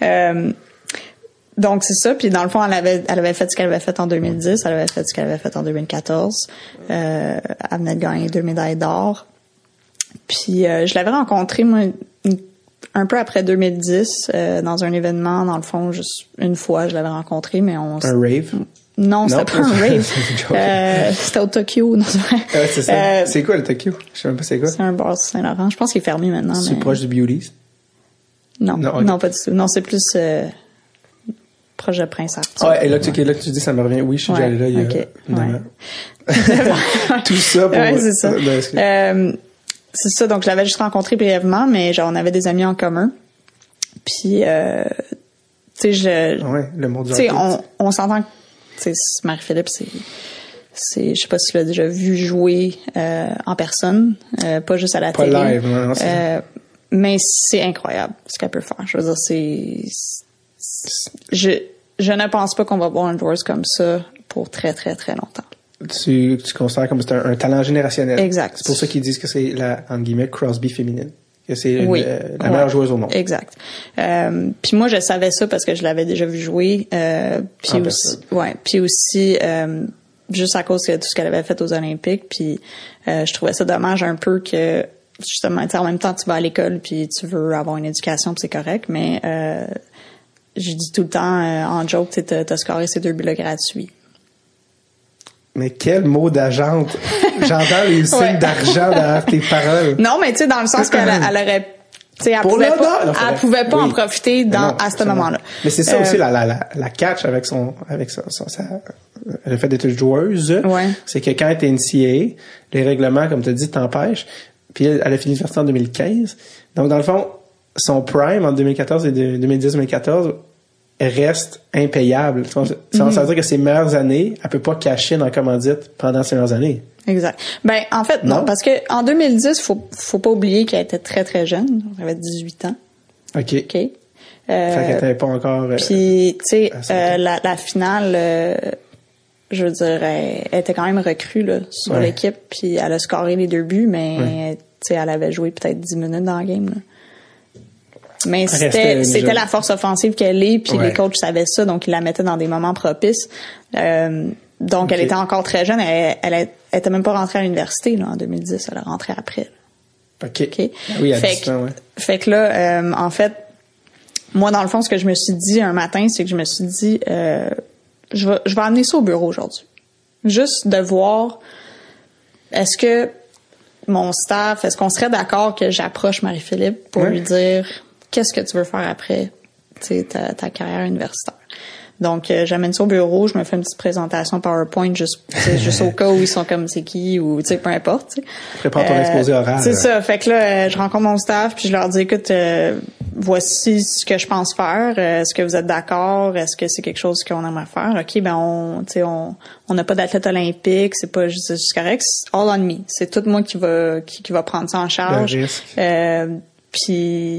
[SPEAKER 3] Donc c'est ça, puis dans le fond elle avait fait ce qu'elle avait fait en 2010, elle avait fait ce qu'elle avait fait en 2014. Elle venait de gagner 2 médailles d'or. Puis je l'avais rencontrée moi un peu après 2010 dans un événement, dans le fond juste une fois je l'avais rencontrée, mais on
[SPEAKER 1] un rave.
[SPEAKER 3] Non, c'était pas un rave. C'était au Tokyo. Non,
[SPEAKER 1] c'est ça. C'est quoi le Tokyo? Je sais même pas c'est quoi.
[SPEAKER 3] C'est un bar sur Saint-Laurent. Je pense qu'il est fermé maintenant.
[SPEAKER 1] C'est proche du Beauties?
[SPEAKER 3] Non, pas du tout. Non, c'est plus proche de Prince-Arthur.
[SPEAKER 1] Ah ouais, et là, tu dis, ça me revient. Oui, je suis déjà allé là il y a une demi-heure. Tout ça pour...
[SPEAKER 3] Ouais, c'est ça. C'est ça, donc je l'avais juste rencontré brièvement, mais genre on avait des amis en commun. Puis, tu sais,
[SPEAKER 1] ouais, le monde du
[SPEAKER 3] hockey. Tu sais,
[SPEAKER 1] hockey.
[SPEAKER 3] on s'entend que, tu sais, Marie-Philippe, c'est, je sais pas si tu l'as déjà vu jouer en personne, pas juste à la télé.
[SPEAKER 1] Pas live, non,
[SPEAKER 3] mais c'est incroyable ce qu'elle peut faire. Je veux dire, je ne pense pas qu'on va voir une joueuse comme ça pour très, très, très longtemps.
[SPEAKER 1] Tu considères comme c'est un talent générationnel.
[SPEAKER 3] Exact.
[SPEAKER 1] C'est pour ça qu'ils disent que c'est la, entre guillemets, Crosby féminine. Que c'est la meilleure joueuse au monde.
[SPEAKER 3] Exact. Puis moi, je savais ça parce que je l'avais déjà vu jouer. Puis aussi, juste à cause de tout ce qu'elle avait fait aux Olympiques. Puis je trouvais ça dommage un peu que, justement, en même temps, tu vas à l'école puis tu veux avoir une éducation puis c'est correct, mais je dis tout le temps en joke, tu t'as scoré ces 2 buts-là gratuits.
[SPEAKER 1] Mais quel mot d'agente! J'entends les signes d'argent derrière tes paroles.
[SPEAKER 3] Non, mais tu sais, dans le sens qu'elle aurait, tu sais, elle pouvait pas en profiter à ce moment-là.
[SPEAKER 1] Mais c'est ça aussi la catch avec sa, le fait d'être joueuse.
[SPEAKER 3] Ouais.
[SPEAKER 1] C'est que quand t'es NCAA, les règlements, comme tu as dit, t'empêchent. Puis elle a fini l'université en 2015. Donc, dans le fond, son prime en 2014 et 2010-2014 reste impayable. Ça veut dire que ses meilleures années, elle peut pas cacher dans la commandite pendant ses meilleures années.
[SPEAKER 3] Exact. Ben, en fait, non, parce que en 2010, faut pas oublier qu'elle était très, très jeune. Elle avait 18 ans.
[SPEAKER 1] OK. Fait qu'elle était pas encore...
[SPEAKER 3] Puis, tu sais, la finale, je veux dire, elle était quand même recrue, là, sur l'équipe, puis elle a scoré les 2 buts, mais, tu sais, elle avait joué peut-être 10 minutes dans le game, là. Mais c'était la force offensive qu'elle est, puis les coachs savaient ça, donc ils la mettaient dans des moments propices. Donc elle était encore très jeune, elle était même pas rentrée à l'université là en 2010, elle est rentrée après.
[SPEAKER 1] OK. Oui, à 10 ans,
[SPEAKER 3] fait que là, en fait, moi dans le fond, ce que je me suis dit un matin, c'est que je me suis dit, je vais amener ça au bureau aujourd'hui, juste de voir, est-ce que mon staff, est-ce qu'on serait d'accord que j'approche Marie-Philippe pour lui dire qu'est-ce que tu veux faire après ta carrière universitaire. Donc, j'amène ça au bureau, je me fais une petite présentation PowerPoint juste au cas où ils sont comme c'est qui ou peu importe. T'sais.
[SPEAKER 1] Prépare ton exposé oral.
[SPEAKER 3] C'est ça. Fait que là, je rencontre mon staff puis je leur dis écoute, voici ce que je pense faire. Est-ce que vous êtes d'accord? Est-ce que c'est quelque chose qu'on aimerait faire? OK, ben on n'a pas d'athlète olympique, c'est pas juste correct, c'est all on me. C'est tout moi qui va prendre ça en charge.
[SPEAKER 1] Le risque.
[SPEAKER 3] Puis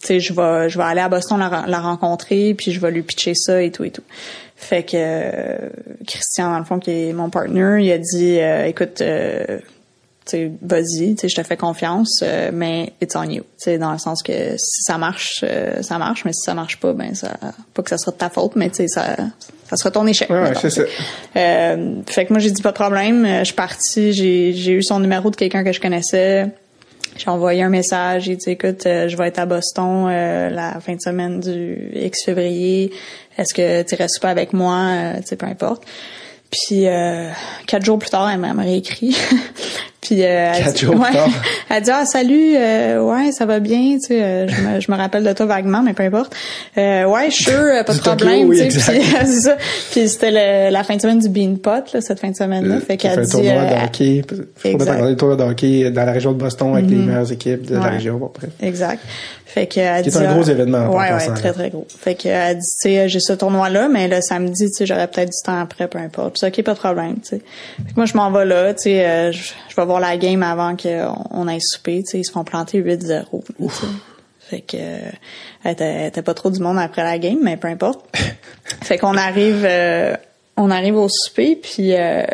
[SPEAKER 3] sais, je vais aller à Boston la rencontrer, puis je vais lui pitcher ça et tout. Fait que Christian, dans le fond, qui est mon partner, il a dit écoute, tu sais, vas-y, tu sais, je te fais confiance, mais it's on you. Tu sais, dans le sens que si ça marche, ça marche, mais si ça marche pas, ben ça, pas que ça sera de ta faute, mais tu sais, ça sera ton échec.
[SPEAKER 1] Ouais, c'est ça.
[SPEAKER 3] Fait que moi, j'ai dit pas de problème. Je suis partie, j'ai eu son numéro de quelqu'un que je connaissais. J'ai envoyé un message, j'ai dit écoute, je vais être à Boston la fin de semaine du X février. Est-ce que tu restes pas avec moi, tu sais, peu importe. Puis 4 jours plus tard, elle m'a réécrit. Puis
[SPEAKER 1] 4 jours plus tard.
[SPEAKER 3] Elle dit salut, ouais, ça va bien, tu sais, je me rappelle de toi vaguement, mais peu importe. Ouais, sure, pas de problème,
[SPEAKER 1] oui,
[SPEAKER 3] tu sais. Puis c'est ça. Puis c'était la fin de semaine du Bean Pot là, cette fin de semaine-là, fait qu'elle dit
[SPEAKER 1] tournoi de hockey, faudrait regarder le tournoi de hockey dans la région de Boston avec les meilleures équipes de la région après.
[SPEAKER 3] Exact. Fait que elle dit
[SPEAKER 1] c'est un gros événement.
[SPEAKER 3] Ouais, très très gros. Fait que elle dit tu sais, j'ai ce tournoi là, mais le samedi, tu sais, j'aurais peut-être du temps après, peu importe. Puis OK, pas de problème, tu sais. Fait que moi je m'en vais là, tu sais, je vais voir la game avant qu'on aille souper, tu sais, ils se font planter 8-0. Fait que elle était pas trop du monde après la game, mais peu importe. Fait qu'on arrive au souper, puis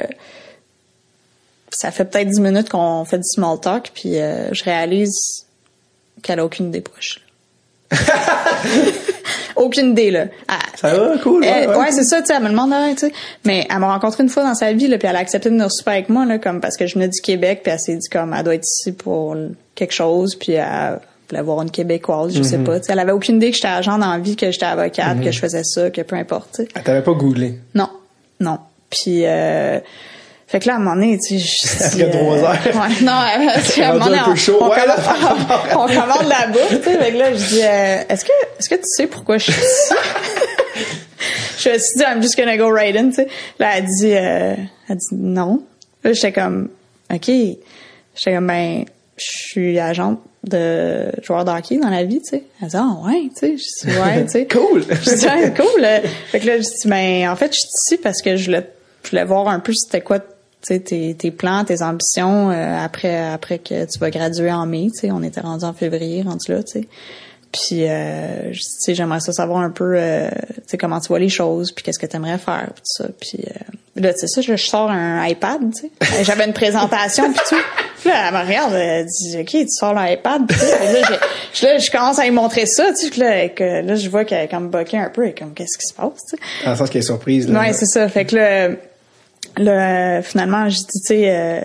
[SPEAKER 3] ça fait peut-être 10 minutes qu'on fait du small talk, puis je réalise qu'elle a aucune idée pourquoi je suis là. Aucune idée, là.
[SPEAKER 1] Ça va, cool.
[SPEAKER 3] Ouais, c'est ça, tu sais, elle me demande, tu sais. Mais elle m'a rencontré une fois dans sa vie, là, puis elle a accepté de venir souper avec moi, là, comme, parce que je venais du Québec, puis elle s'est dit, comme, elle doit être ici pour quelque chose, puis elle voulait voir une Québécoise, je sais pas, tu sais. Elle avait aucune idée que j'étais agent dans la vie, que j'étais avocate, que je faisais ça, que peu importe, tu sais.
[SPEAKER 1] Elle t'avait pas googlé?
[SPEAKER 3] Non. Puis, fait que là, à un moment donné, tu sais,
[SPEAKER 1] après 3 heures.
[SPEAKER 3] Ouais, non, à un moment donné, on commande la bouffe, tu sais. Fait que là, je dis, est-ce que tu sais pourquoi je suis ici? Je me suis dit, I'm just gonna go right in, tu sais. Là, elle dit non. Là, j'étais comme, OK. J'étais comme, ben, je suis agente de joueur de hockey dans la vie, tu sais. Elle dit, ouais, tu sais. Je dis, ouais, tu sais.
[SPEAKER 1] Cool.
[SPEAKER 3] Je dis, ouais, cool. Fait que là, je dis, ben, en fait, je suis ici parce que je voulais voir un peu c'était quoi, tu sais, tes plans, tes ambitions, après que tu vas graduer en mai, tu sais. On était rendu en février, rendu là, tu sais. Puis, tu sais, j'aimerais ça savoir un peu, tu sais, comment tu vois les choses, puis qu'est-ce que tu aimerais faire, puis tout ça. Puis là, tu sais ça, je sors un iPad, tu sais. J'avais une présentation, puis tout. Puis là, elle me regarde, elle dit, OK, tu sors l'iPad, puis là, je commence à lui montrer ça, tu sais. Là, je vois qu'elle est comme buckée un peu, et comme, qu'est-ce qui se passe, tu sais.
[SPEAKER 1] Dans le sens qu'elle est surprise, là.
[SPEAKER 3] Ouais, c'est ça. Fait que là, finalement, je dis, tu sais,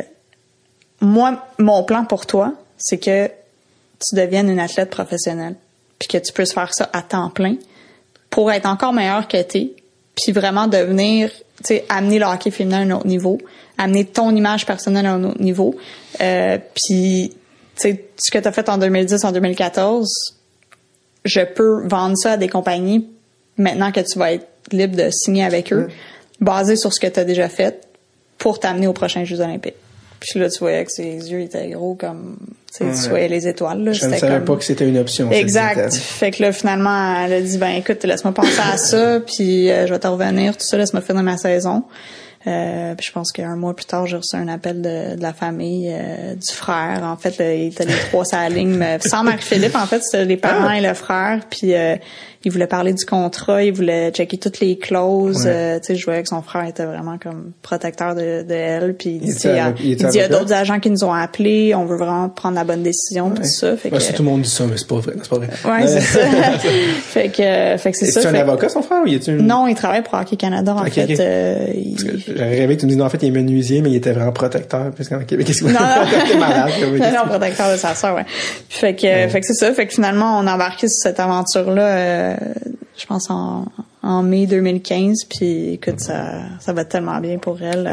[SPEAKER 3] moi, mon plan pour toi, c'est que tu deviennes une athlète professionnelle, puis que tu puisses faire ça à temps plein pour être encore meilleur que t'es, puis vraiment devenir, tu sais, amener le hockey féminin à un autre niveau, amener ton image personnelle à un autre niveau, puis, tu sais, ce que t'as fait en 2010, en 2014, je peux vendre ça à des compagnies maintenant que tu vas être libre de signer avec eux, basé sur ce que t'as déjà fait pour t'amener aux prochains Jeux olympiques. Puis là, tu voyais que ses yeux étaient gros comme, tu sais, tu voyais les étoiles, là.
[SPEAKER 1] Je ne savais pas que c'était une option.
[SPEAKER 3] Exact. Fait que là, finalement, elle a dit, ben, écoute, laisse-moi penser à ça, puis je vais te revenir, tout ça, laisse-moi finir ma saison. Puis je pense qu'un mois plus tard, j'ai reçu un appel de la famille, du frère. En fait, là, il était les 3 sur la ligne, sans Marie-Philippe, en fait, c'était les parents et le frère, puis il voulait parler du contrat, il voulait checker toutes les clauses. Tu sais, je voyais que son frère était vraiment comme protecteur de elle. Puis il dit, il y a d'autres agents qui nous ont appelés, on veut vraiment prendre la bonne décision, tout ça. Fait que
[SPEAKER 1] tout le monde dit ça, mais c'est pas vrai.
[SPEAKER 3] Ouais, c'est ça. fait que c'est ça.
[SPEAKER 1] C'est un avocat, son frère, ou y a-tu
[SPEAKER 3] Non, il travaille pour Hockey Canada, en fait.
[SPEAKER 1] J'avais rêvé que tu me dises, non, en fait, il est menuisier, mais il était vraiment protecteur, parce qu'en Québec, qu'est-ce que
[SPEAKER 3] t'es
[SPEAKER 1] malade,
[SPEAKER 3] non, protecteur de sa sœur, ouais. Fait que c'est ça. Fait que finalement, on a embarqué sur cette aventure-là, je pense en mai 2015, puis écoute, ça va tellement bien pour elle.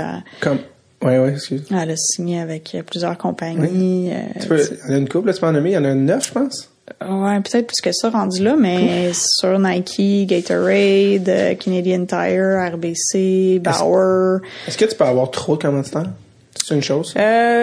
[SPEAKER 1] Excuse.
[SPEAKER 3] Elle a signé avec plusieurs compagnies.
[SPEAKER 1] Il y en a une couple, là, tu peux en nommer, il y en a 9, je pense.
[SPEAKER 3] Ouais, peut-être plus que ça rendu là, mais sur Nike, Gatorade, Canadian Tire, RBC, Bauer.
[SPEAKER 1] Est-ce que tu peux avoir trop de commanditaires? C'est une chose?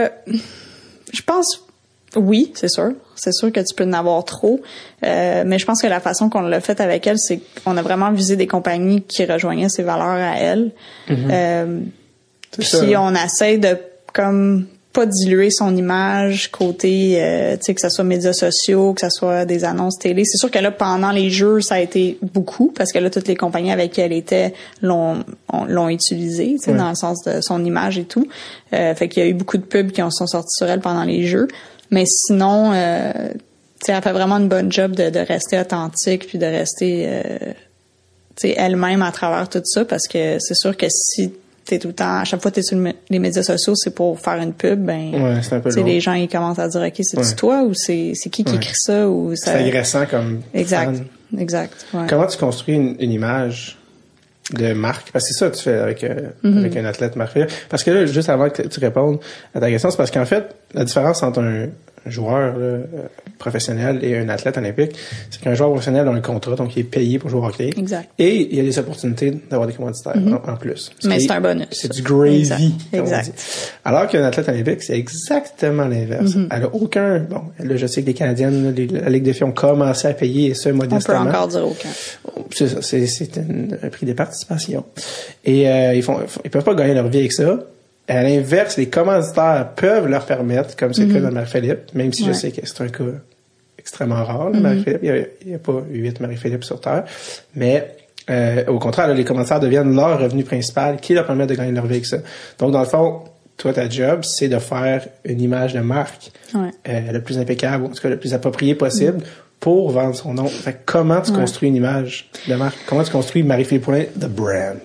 [SPEAKER 3] Je pense, oui, c'est sûr. C'est sûr que tu peux en avoir trop. Mais je pense que la façon qu'on l'a fait avec elle, c'est qu'on a vraiment visé des compagnies qui rejoignaient ses valeurs à elle. Puis on essaie de comme pas diluer son image côté tu sais, que ça soit médias sociaux, que ça soit des annonces télé. C'est sûr que là pendant les jeux ça a été beaucoup parce que là toutes les compagnies avec qui elle était l'ont utilisé, tu sais, dans le sens de son image et tout. Fait qu'il y a eu beaucoup de pubs qui sont sortis sur elle pendant les jeux, mais sinon tu sais, elle fait vraiment une bonne job de rester authentique puis de rester tu sais, elle-même à travers tout ça, parce que c'est sûr que si t'es tout le temps, à chaque fois que t'es sur les médias sociaux, c'est pour faire une pub, ben,
[SPEAKER 1] c'est un peu
[SPEAKER 3] les gens, ils commencent à dire, OK, c'est-tu toi ou c'est qui écrit ça ou ça.
[SPEAKER 1] C'est agressant comme
[SPEAKER 3] Exact.
[SPEAKER 1] fan.
[SPEAKER 3] Exact. Ouais.
[SPEAKER 1] Comment tu construis une image de marque? Parce que c'est ça que tu fais avec un athlète marque. Parce que là, juste avant que tu répondes à ta question, c'est parce qu'en fait, la différence entre un joueur là, professionnel et un athlète olympique, c'est qu'un joueur professionnel a un contrat, donc il est payé pour jouer au hockey.
[SPEAKER 3] Exact.
[SPEAKER 1] Et il y a des opportunités d'avoir des commanditaires en plus.
[SPEAKER 3] Mais c'est un bonus.
[SPEAKER 1] C'est du gravy.
[SPEAKER 3] Exact.
[SPEAKER 1] Alors qu'un athlète olympique, c'est exactement l'inverse. Elle a aucun... Bon, là, je sais que les Canadiennes, la Ligue des filles ont commencé à payer, et ça, modestement.
[SPEAKER 3] On peut encore dire aucun.
[SPEAKER 1] C'est ça, c'est un prix de participation. Et ils peuvent pas gagner leur vie avec ça. À l'inverse, les commanditaires peuvent leur permettre, comme c'est le cas de Marie-Philippe, même si je sais que c'est un cas extrêmement rare, là, Marie-Philippe. Il n'y a pas 8 Marie-Philippe sur Terre. Mais au contraire, là, les commanditaires deviennent leur revenu principal qui leur permet de gagner leur vie avec ça. Donc, dans le fond, toi, ta job, c'est de faire une image de marque le plus impeccable, en tout cas le plus approprié possible pour vendre son nom. Fait que comment tu construis une image de marque? Comment tu construis Marie-Philippe Poulin, the brand?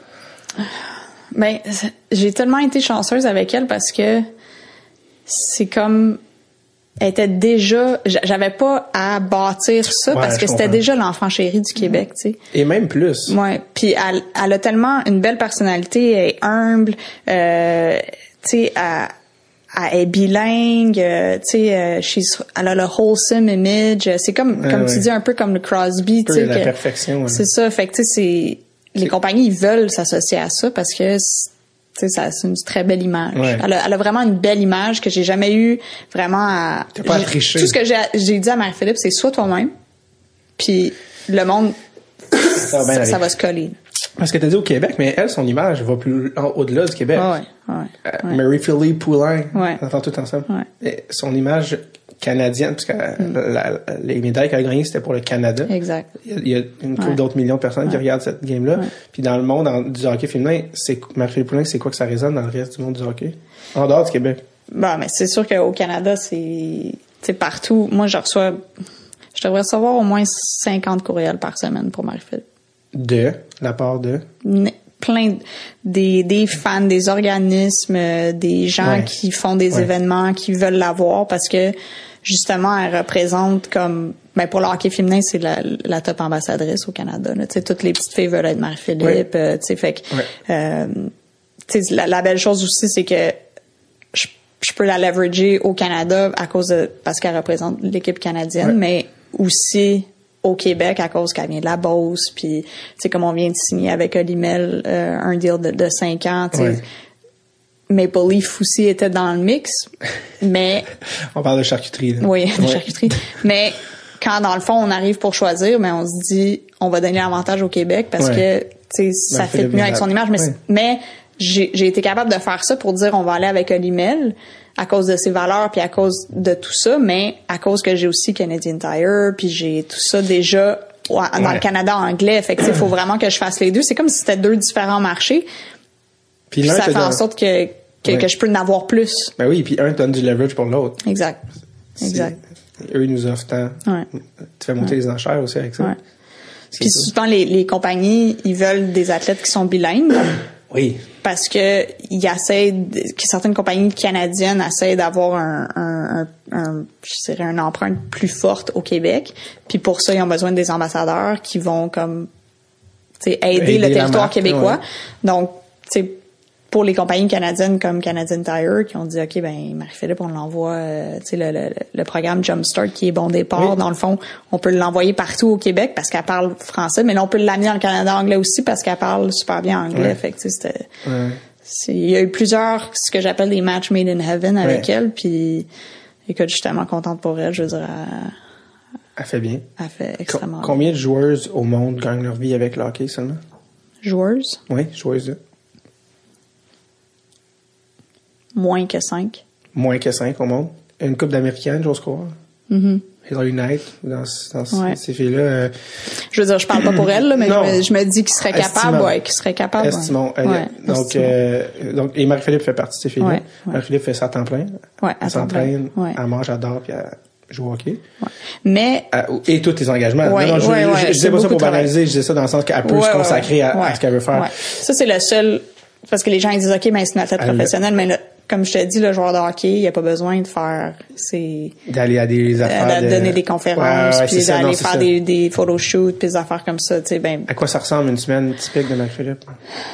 [SPEAKER 3] Ben, j'ai tellement été chanceuse avec elle parce que c'est comme, elle était déjà, j'avais pas à bâtir ça parce que c'était déjà l'enfant chéri du Québec, tu sais.
[SPEAKER 1] Et même plus.
[SPEAKER 3] Ouais. Puis elle a tellement une belle personnalité, elle est humble, tu sais, elle est bilingue, tu sais, elle a le wholesome image. C'est comme tu dis, un peu comme le Crosby, tu sais.
[SPEAKER 1] La perfection.
[SPEAKER 3] C'est ça. Fait que tu sais, les compagnies, ils veulent s'associer à ça parce que tu sais, c'est une très belle image.
[SPEAKER 1] Ouais.
[SPEAKER 3] Elle a vraiment une belle image que j'ai jamais eu vraiment à...
[SPEAKER 1] T'as pas à tricher.
[SPEAKER 3] Tout ce que j'ai dit à Marie-Philippe, c'est soit toi-même, puis le monde, ça va se coller.
[SPEAKER 1] Parce que t'as dit au Québec, mais elle, son image va plus au-delà du Québec. Marie-Philippe Poulin, on entend tout ensemble. Et son image canadienne, parce que les médailles qu'elle a gagnées, c'était pour le Canada.
[SPEAKER 3] Exact.
[SPEAKER 1] Il y a une couple d'autres millions de personnes qui regardent cette game-là. Puis dans le monde du hockey féminin, Marie-Philippe Poulin, c'est quoi que ça résonne dans le reste du monde du hockey? En dehors du Québec.
[SPEAKER 3] Bon, mais c'est sûr qu'au Canada, c'est partout. Moi, je devrais recevoir au moins 50 courriels par semaine pour Marie-Philippe.
[SPEAKER 1] De la part de?
[SPEAKER 3] Plein des fans, des organismes, des gens qui font des événements, qui veulent la voir parce que justement elle représente comme pour le hockey féminin, c'est la top ambassadrice au Canada. Tu sais, toutes les petites filles veulent être Marie-Philippe. Tu sais, fait que tu sais, la belle chose aussi, c'est que je peux la leverager au Canada parce qu'elle représente l'équipe canadienne, mais aussi au Québec à cause qu'elle vient de la Beauce, puis tu sais, comme on vient de signer avec Olimel un deal de 5 ans, tu sais. Maple Leaf aussi était dans le mix, mais...
[SPEAKER 1] On parle de charcuterie, là.
[SPEAKER 3] Oui, de charcuterie. Mais quand, dans le fond, on arrive pour choisir, mais on se dit, on va donner l'avantage au Québec parce que, tu sais, ça fait mieux avec son image. Mais j'ai été capable de faire ça pour dire, on va aller avec Olimel à cause de ses valeurs puis à cause de tout ça, mais à cause que j'ai aussi Canadian Tire puis j'ai tout ça déjà dans le Canada anglais. Fait que, il faut vraiment que je fasse les deux. C'est comme si c'était deux différents marchés. Puis ça fait en sorte que je peux en avoir plus.
[SPEAKER 1] Ben oui, puis un donne du leverage pour l'autre.
[SPEAKER 3] Exact.
[SPEAKER 1] Eux, ils nous offrent tant. Tu fais monter les enchères aussi avec ça.
[SPEAKER 3] Puis souvent, les compagnies, ils veulent des athlètes qui sont bilingues.
[SPEAKER 1] Oui.
[SPEAKER 3] Parce que certaines compagnies canadiennes essaient d'avoir je dirais une empreinte plus forte au Québec. Puis pour ça, ils ont besoin des ambassadeurs qui vont comme aider le territoire québécois. Donc, pour les compagnies canadiennes comme Canadian Tire qui ont dit OK, ben Marie-Philippe, on l'envoie le programme Jumpstart qui est bon départ, dans le fond, on peut l'envoyer partout au Québec parce qu'elle parle français, mais là on peut l'amener dans le Canada anglais aussi parce qu'elle parle super bien anglais. Fait que c'était il y a eu plusieurs ce que j'appelle des matchs made in heaven avec elle, puis écoute, je suis tellement contente pour elle, je veux dire
[SPEAKER 1] elle fait bien.
[SPEAKER 3] Elle fait extrêmement bien.
[SPEAKER 1] Combien de joueuses au monde gagnent leur vie avec le hockey seulement?
[SPEAKER 3] Joueuses?
[SPEAKER 1] Oui, joueuses.
[SPEAKER 3] Moins que 5.
[SPEAKER 1] moins que 5 au monde. Une couple d'Américaines, j'ose croire. Hillary Knight, dans ces filles-là.
[SPEAKER 3] Je veux dire, je parle pas pour elle, là, mais je me dis qu'il serait capable,
[SPEAKER 1] Estimons. Donc, et Marie-Philippe fait partie de ces filles-là.
[SPEAKER 3] Ouais.
[SPEAKER 1] Marie-Philippe fait ça à temps plein.
[SPEAKER 3] Ouais,
[SPEAKER 1] elle s'entraîne, elle mange, elle dort, puis elle joue au hockey.
[SPEAKER 3] Ouais. Mais...
[SPEAKER 1] Et tous tes engagements. Je disais pas ça pour banaliser, je disais ça dans le sens qu'elle peut se consacrer à ce qu'elle veut faire.
[SPEAKER 3] Ouais. Ça, c'est le seul... Parce que les gens, ils disent, OK, mais c'est une athlète professionnelle, mais là, comme je te dis, le joueur de hockey, il a pas besoin de faire
[SPEAKER 1] d'aller à des affaires
[SPEAKER 3] de donner des conférences, puis d'aller faire des photoshoots, puis des affaires comme ça, tu sais, ben.
[SPEAKER 1] À quoi ça ressemble une semaine typique de Marie-Philippe?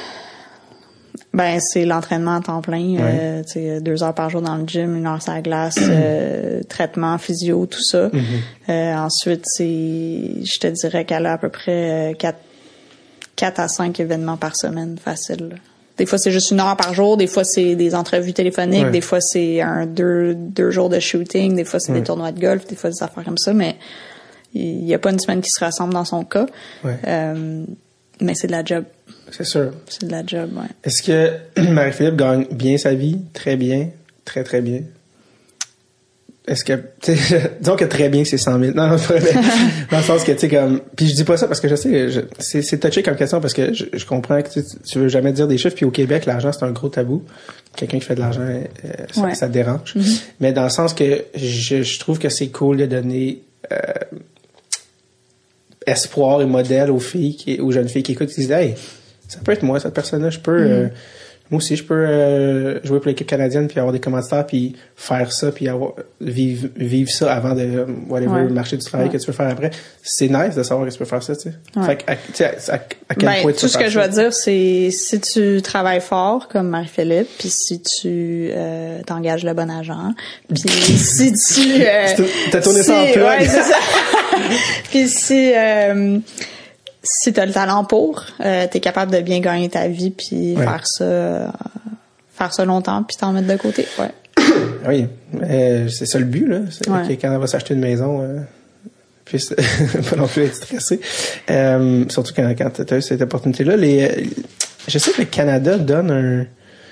[SPEAKER 3] Ben, c'est l'entraînement à temps plein, tu sais, 2 heures par jour dans le gym, 1 heure sur la glace, traitement, physio, tout ça. Ensuite, je te dirais qu'elle a à peu près 4 à 5 événements par semaine, facile. Des fois, c'est juste 1 heure par jour. Des fois, c'est des entrevues téléphoniques. Des fois, c'est 2 jours de shooting. Des fois, c'est des tournois de golf. Des fois, des affaires comme ça. Mais il n'y a pas une semaine qui se ressemble dans son cas. Mais c'est de la job.
[SPEAKER 1] C'est sûr.
[SPEAKER 3] C'est de la job, ouais.
[SPEAKER 1] Est-ce que Marie-Philippe gagne bien sa vie? Très bien. Très, très bien. Est-ce que, tu sais, disons que très bien, c'est 100 000. Non, dans le sens que, tu sais, comme, puis je dis pas ça parce que je sais, c'est touché comme question parce que je comprends que tu veux jamais dire des chiffres, puis au Québec, l'argent, c'est un gros tabou. Quelqu'un qui fait de l'argent, ça te dérange. Mais dans le sens que je trouve que c'est cool de donner, espoir et modèle aux filles, aux jeunes filles qui écoutent, qui disent, hey, ça peut être moi, cette personne-là, je peux, moi aussi, je peux jouer pour l'équipe canadienne puis avoir des commanditaires puis faire ça puis vivre ça avant de le marché du travail que tu veux faire après. C'est nice de savoir que tu peux faire ça, tu sais. Fait que, à quel point tu
[SPEAKER 3] tout ce que je vais dire, c'est si tu travailles fort comme Marie-Philippe puis si tu t'engages le bon agent puis si tu
[SPEAKER 1] t'as tourné ça en plug.
[SPEAKER 3] Ouais, c'est ça. Puis si t'as le talent pour, t'es capable de bien gagner ta vie puis faire ça longtemps puis t'en mettre de côté. Ouais.
[SPEAKER 1] Oui, c'est ça le but là, c'est que quand elle va s'acheter une maison, puisse pas non plus être stressée. Surtout quand t'as eu cette opportunité là. Je sais que le Canada donne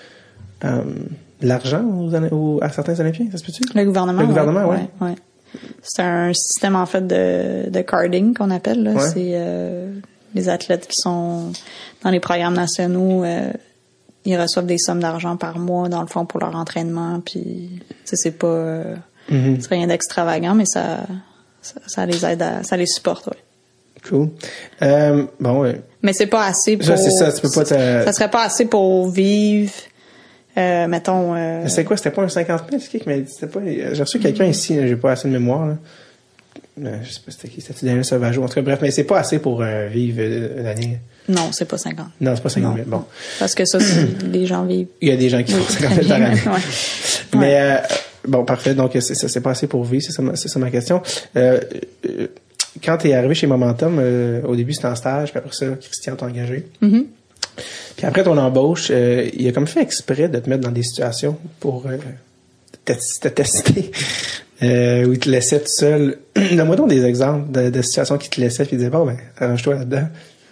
[SPEAKER 1] de l'argent à certains Olympiens, ça se peut-tu?
[SPEAKER 3] Le gouvernement.
[SPEAKER 1] Le gouvernement,
[SPEAKER 3] ouais. C'est un système en fait de carding qu'on appelle là. C'est les athlètes qui sont dans les programmes nationaux, ils reçoivent des sommes d'argent par mois dans le fond pour leur entraînement. Puis c'est pas c'est rien d'extravagant, mais ça les aide ça les supporte. Ouais.
[SPEAKER 1] Cool. Bon ouais.
[SPEAKER 3] Mais c'est pas assez pour.
[SPEAKER 1] C'est ça, tu peux pas.
[SPEAKER 3] Ça serait pas assez pour vivre. Mettons.
[SPEAKER 1] C'est quoi? C'était pas un 50 000, c'est qui m'a dit? C'était pas. J'ai reçu quelqu'un ici, j'ai pas assez de mémoire, là. Je sais pas c'était qui, c'était Daniel Sauvageau. En tout cas, bref, mais c'est pas assez pour vivre l'année.
[SPEAKER 3] Non, c'est pas 50.
[SPEAKER 1] Non, c'est pas 50 000. Bon.
[SPEAKER 3] Parce que ça, les gens vivent.
[SPEAKER 1] Il y a des gens qui font 50 000 par année. Mais, bon, parfait. Donc, c'est pas assez pour vivre, c'est ça ma question. Quand t'es arrivé chez Momentum, au début, c'était en stage, puis après ça, Christian t'a engagé. Puis après ton embauche, il a comme fait exprès de te mettre dans des situations pour te tester, où il te laissait tout seul. Donne-moi donc des exemples de situations qu'il te laissait puis il disait, bon, ben, arrange-toi là-dedans.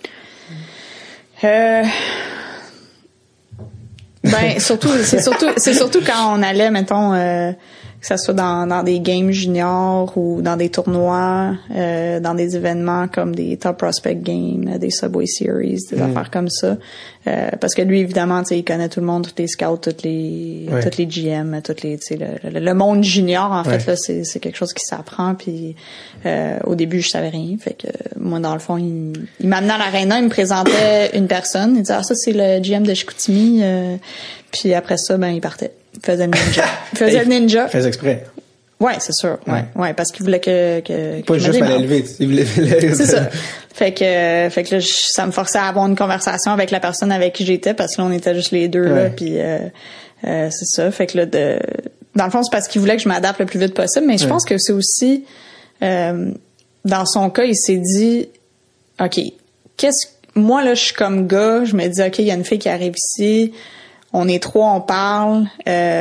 [SPEAKER 3] Ben, c'est surtout quand on allait, mettons, que ça soit dans des games juniors ou dans des tournois, dans des événements comme des Top Prospect Games, des Subway Series, des affaires comme ça. Parce que lui, évidemment, tu sais, il connaît tout le monde, tous les scouts, toutes les GM, tu sais, le monde junior, en fait, là, c'est quelque chose qui s'apprend. Puis au début, je savais rien. Fait que moi, dans le fond, il m'amenait à l'aréna, il me présentait une personne. Il disait, ça, c'est le GM de Chicoutimi. Puis après ça, ben, il partait. Il faisait le ninja.
[SPEAKER 1] Il faisait exprès.
[SPEAKER 3] Ouais, c'est sûr. Ouais, parce qu'il voulait que
[SPEAKER 1] pas juste à l'élever, il voulait.
[SPEAKER 3] C'est ça. Fait que là, ça me forçait à avoir une conversation avec la personne avec qui j'étais parce que là, on était juste les deux là, puis c'est ça. Fait que là, dans le fond, c'est parce qu'il voulait que je m'adapte le plus vite possible, mais je pense que c'est aussi dans son cas, il s'est dit, ok, moi là, je suis comme gars, je me dis, ok, il y a une fille qui arrive ici. On est 3, on parle.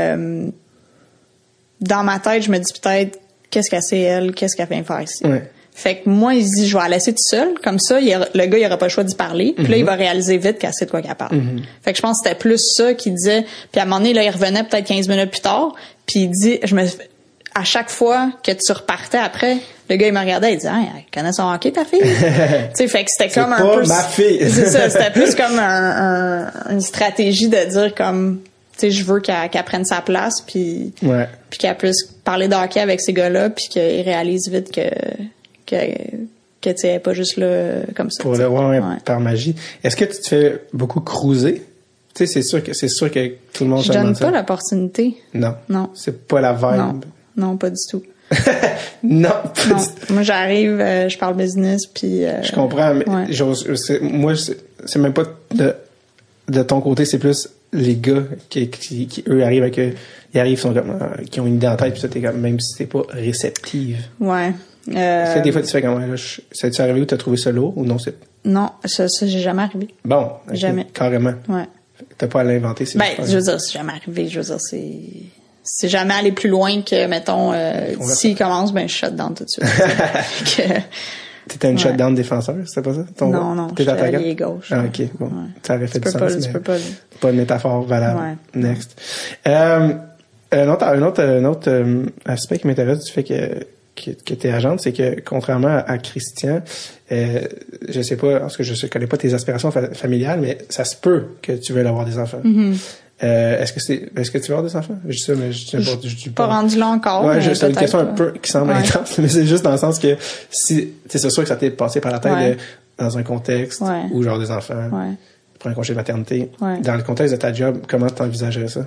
[SPEAKER 3] Dans ma tête, je me dis peut-être qu'est-ce qu'elle sait elle, qu'est-ce qu'elle vient faire ici. Fait que moi, il se dit, je vais la laisser tout seul. Comme ça, le gars, il aura pas le choix d'y parler. Puis là, il va réaliser vite qu'elle sait de quoi qu'elle parle. Fait que je pense que c'était plus ça qu'il disait. Puis à un moment donné, là, il revenait peut-être 15 minutes plus tard. Puis il dit, à chaque fois que tu repartais après, le gars, il me regardait, il disait, ah, elle connaît son hockey, ta fille? Tu sais, fait que c'était comme un peu...
[SPEAKER 1] C'est pas ma fille!
[SPEAKER 3] C'est ça, c'était plus comme une stratégie de dire comme... Tu sais, je veux qu'elle prenne sa place, puis qu'elle puisse parler de hockey avec ces gars-là, puis qu'il réalise vite que tu sais, elle est pas juste là comme ça.
[SPEAKER 1] Pour le voir par magie. Est-ce que tu te fais beaucoup cruiser? Tu sais, c'est sûr que tout le monde
[SPEAKER 3] je donne pas l'opportunité.
[SPEAKER 1] Non.
[SPEAKER 3] Non.
[SPEAKER 1] C'est pas la vibe.
[SPEAKER 3] Non, pas du tout.
[SPEAKER 1] Non.
[SPEAKER 3] Moi, j'arrive, je parle business, puis...
[SPEAKER 1] je comprends, mais moi, c'est même pas de ton côté, c'est plus les gars qui eux arrivent avec ils arrivent sont comme qui ont une idée en tête, puis ça t'es comme, même si t'es pas réceptive.
[SPEAKER 3] Ouais.
[SPEAKER 1] Des fois tu fais comme ça t'est arrivé où t'as trouvé ça lourd ou non?
[SPEAKER 3] Non, ça j'ai jamais arrivé.
[SPEAKER 1] Bon, okay,
[SPEAKER 3] jamais.
[SPEAKER 1] Carrément.
[SPEAKER 3] Ouais.
[SPEAKER 1] T'as pas à l'inventer, c'est
[SPEAKER 3] je veux dire, c'est jamais arrivé, c'est jamais aller plus loin que, mettons, s'il commence, je shut down tout de suite.
[SPEAKER 1] T'étais une shutdown défenseur, c'était pas ça?
[SPEAKER 3] Non, j'étais allié gauche.
[SPEAKER 1] Ah, ok, bon. Ouais. Ça aurait fait du sens, mais pas une métaphore valable.
[SPEAKER 3] Ouais.
[SPEAKER 1] Next. Un autre aspect qui m'intéresse du fait que t'es agente, c'est que, contrairement à Christian, je sais pas, parce que je connais pas tes aspirations familiales, mais ça se peut que tu veuilles avoir des enfants.
[SPEAKER 3] Mm-hmm.
[SPEAKER 1] Est-ce que tu veux avoir des enfants? Je dis ça, mais je dis
[SPEAKER 3] pas rendu là encore.
[SPEAKER 1] Ouais, c'est une question un peu qui semble intense, mais c'est juste dans le sens que si, c'est sûr que ça t'est passé par la tête dans un contexte où genre des enfants, pour un congé de maternité. Dans le contexte de ta job, comment t'envisagerais ça?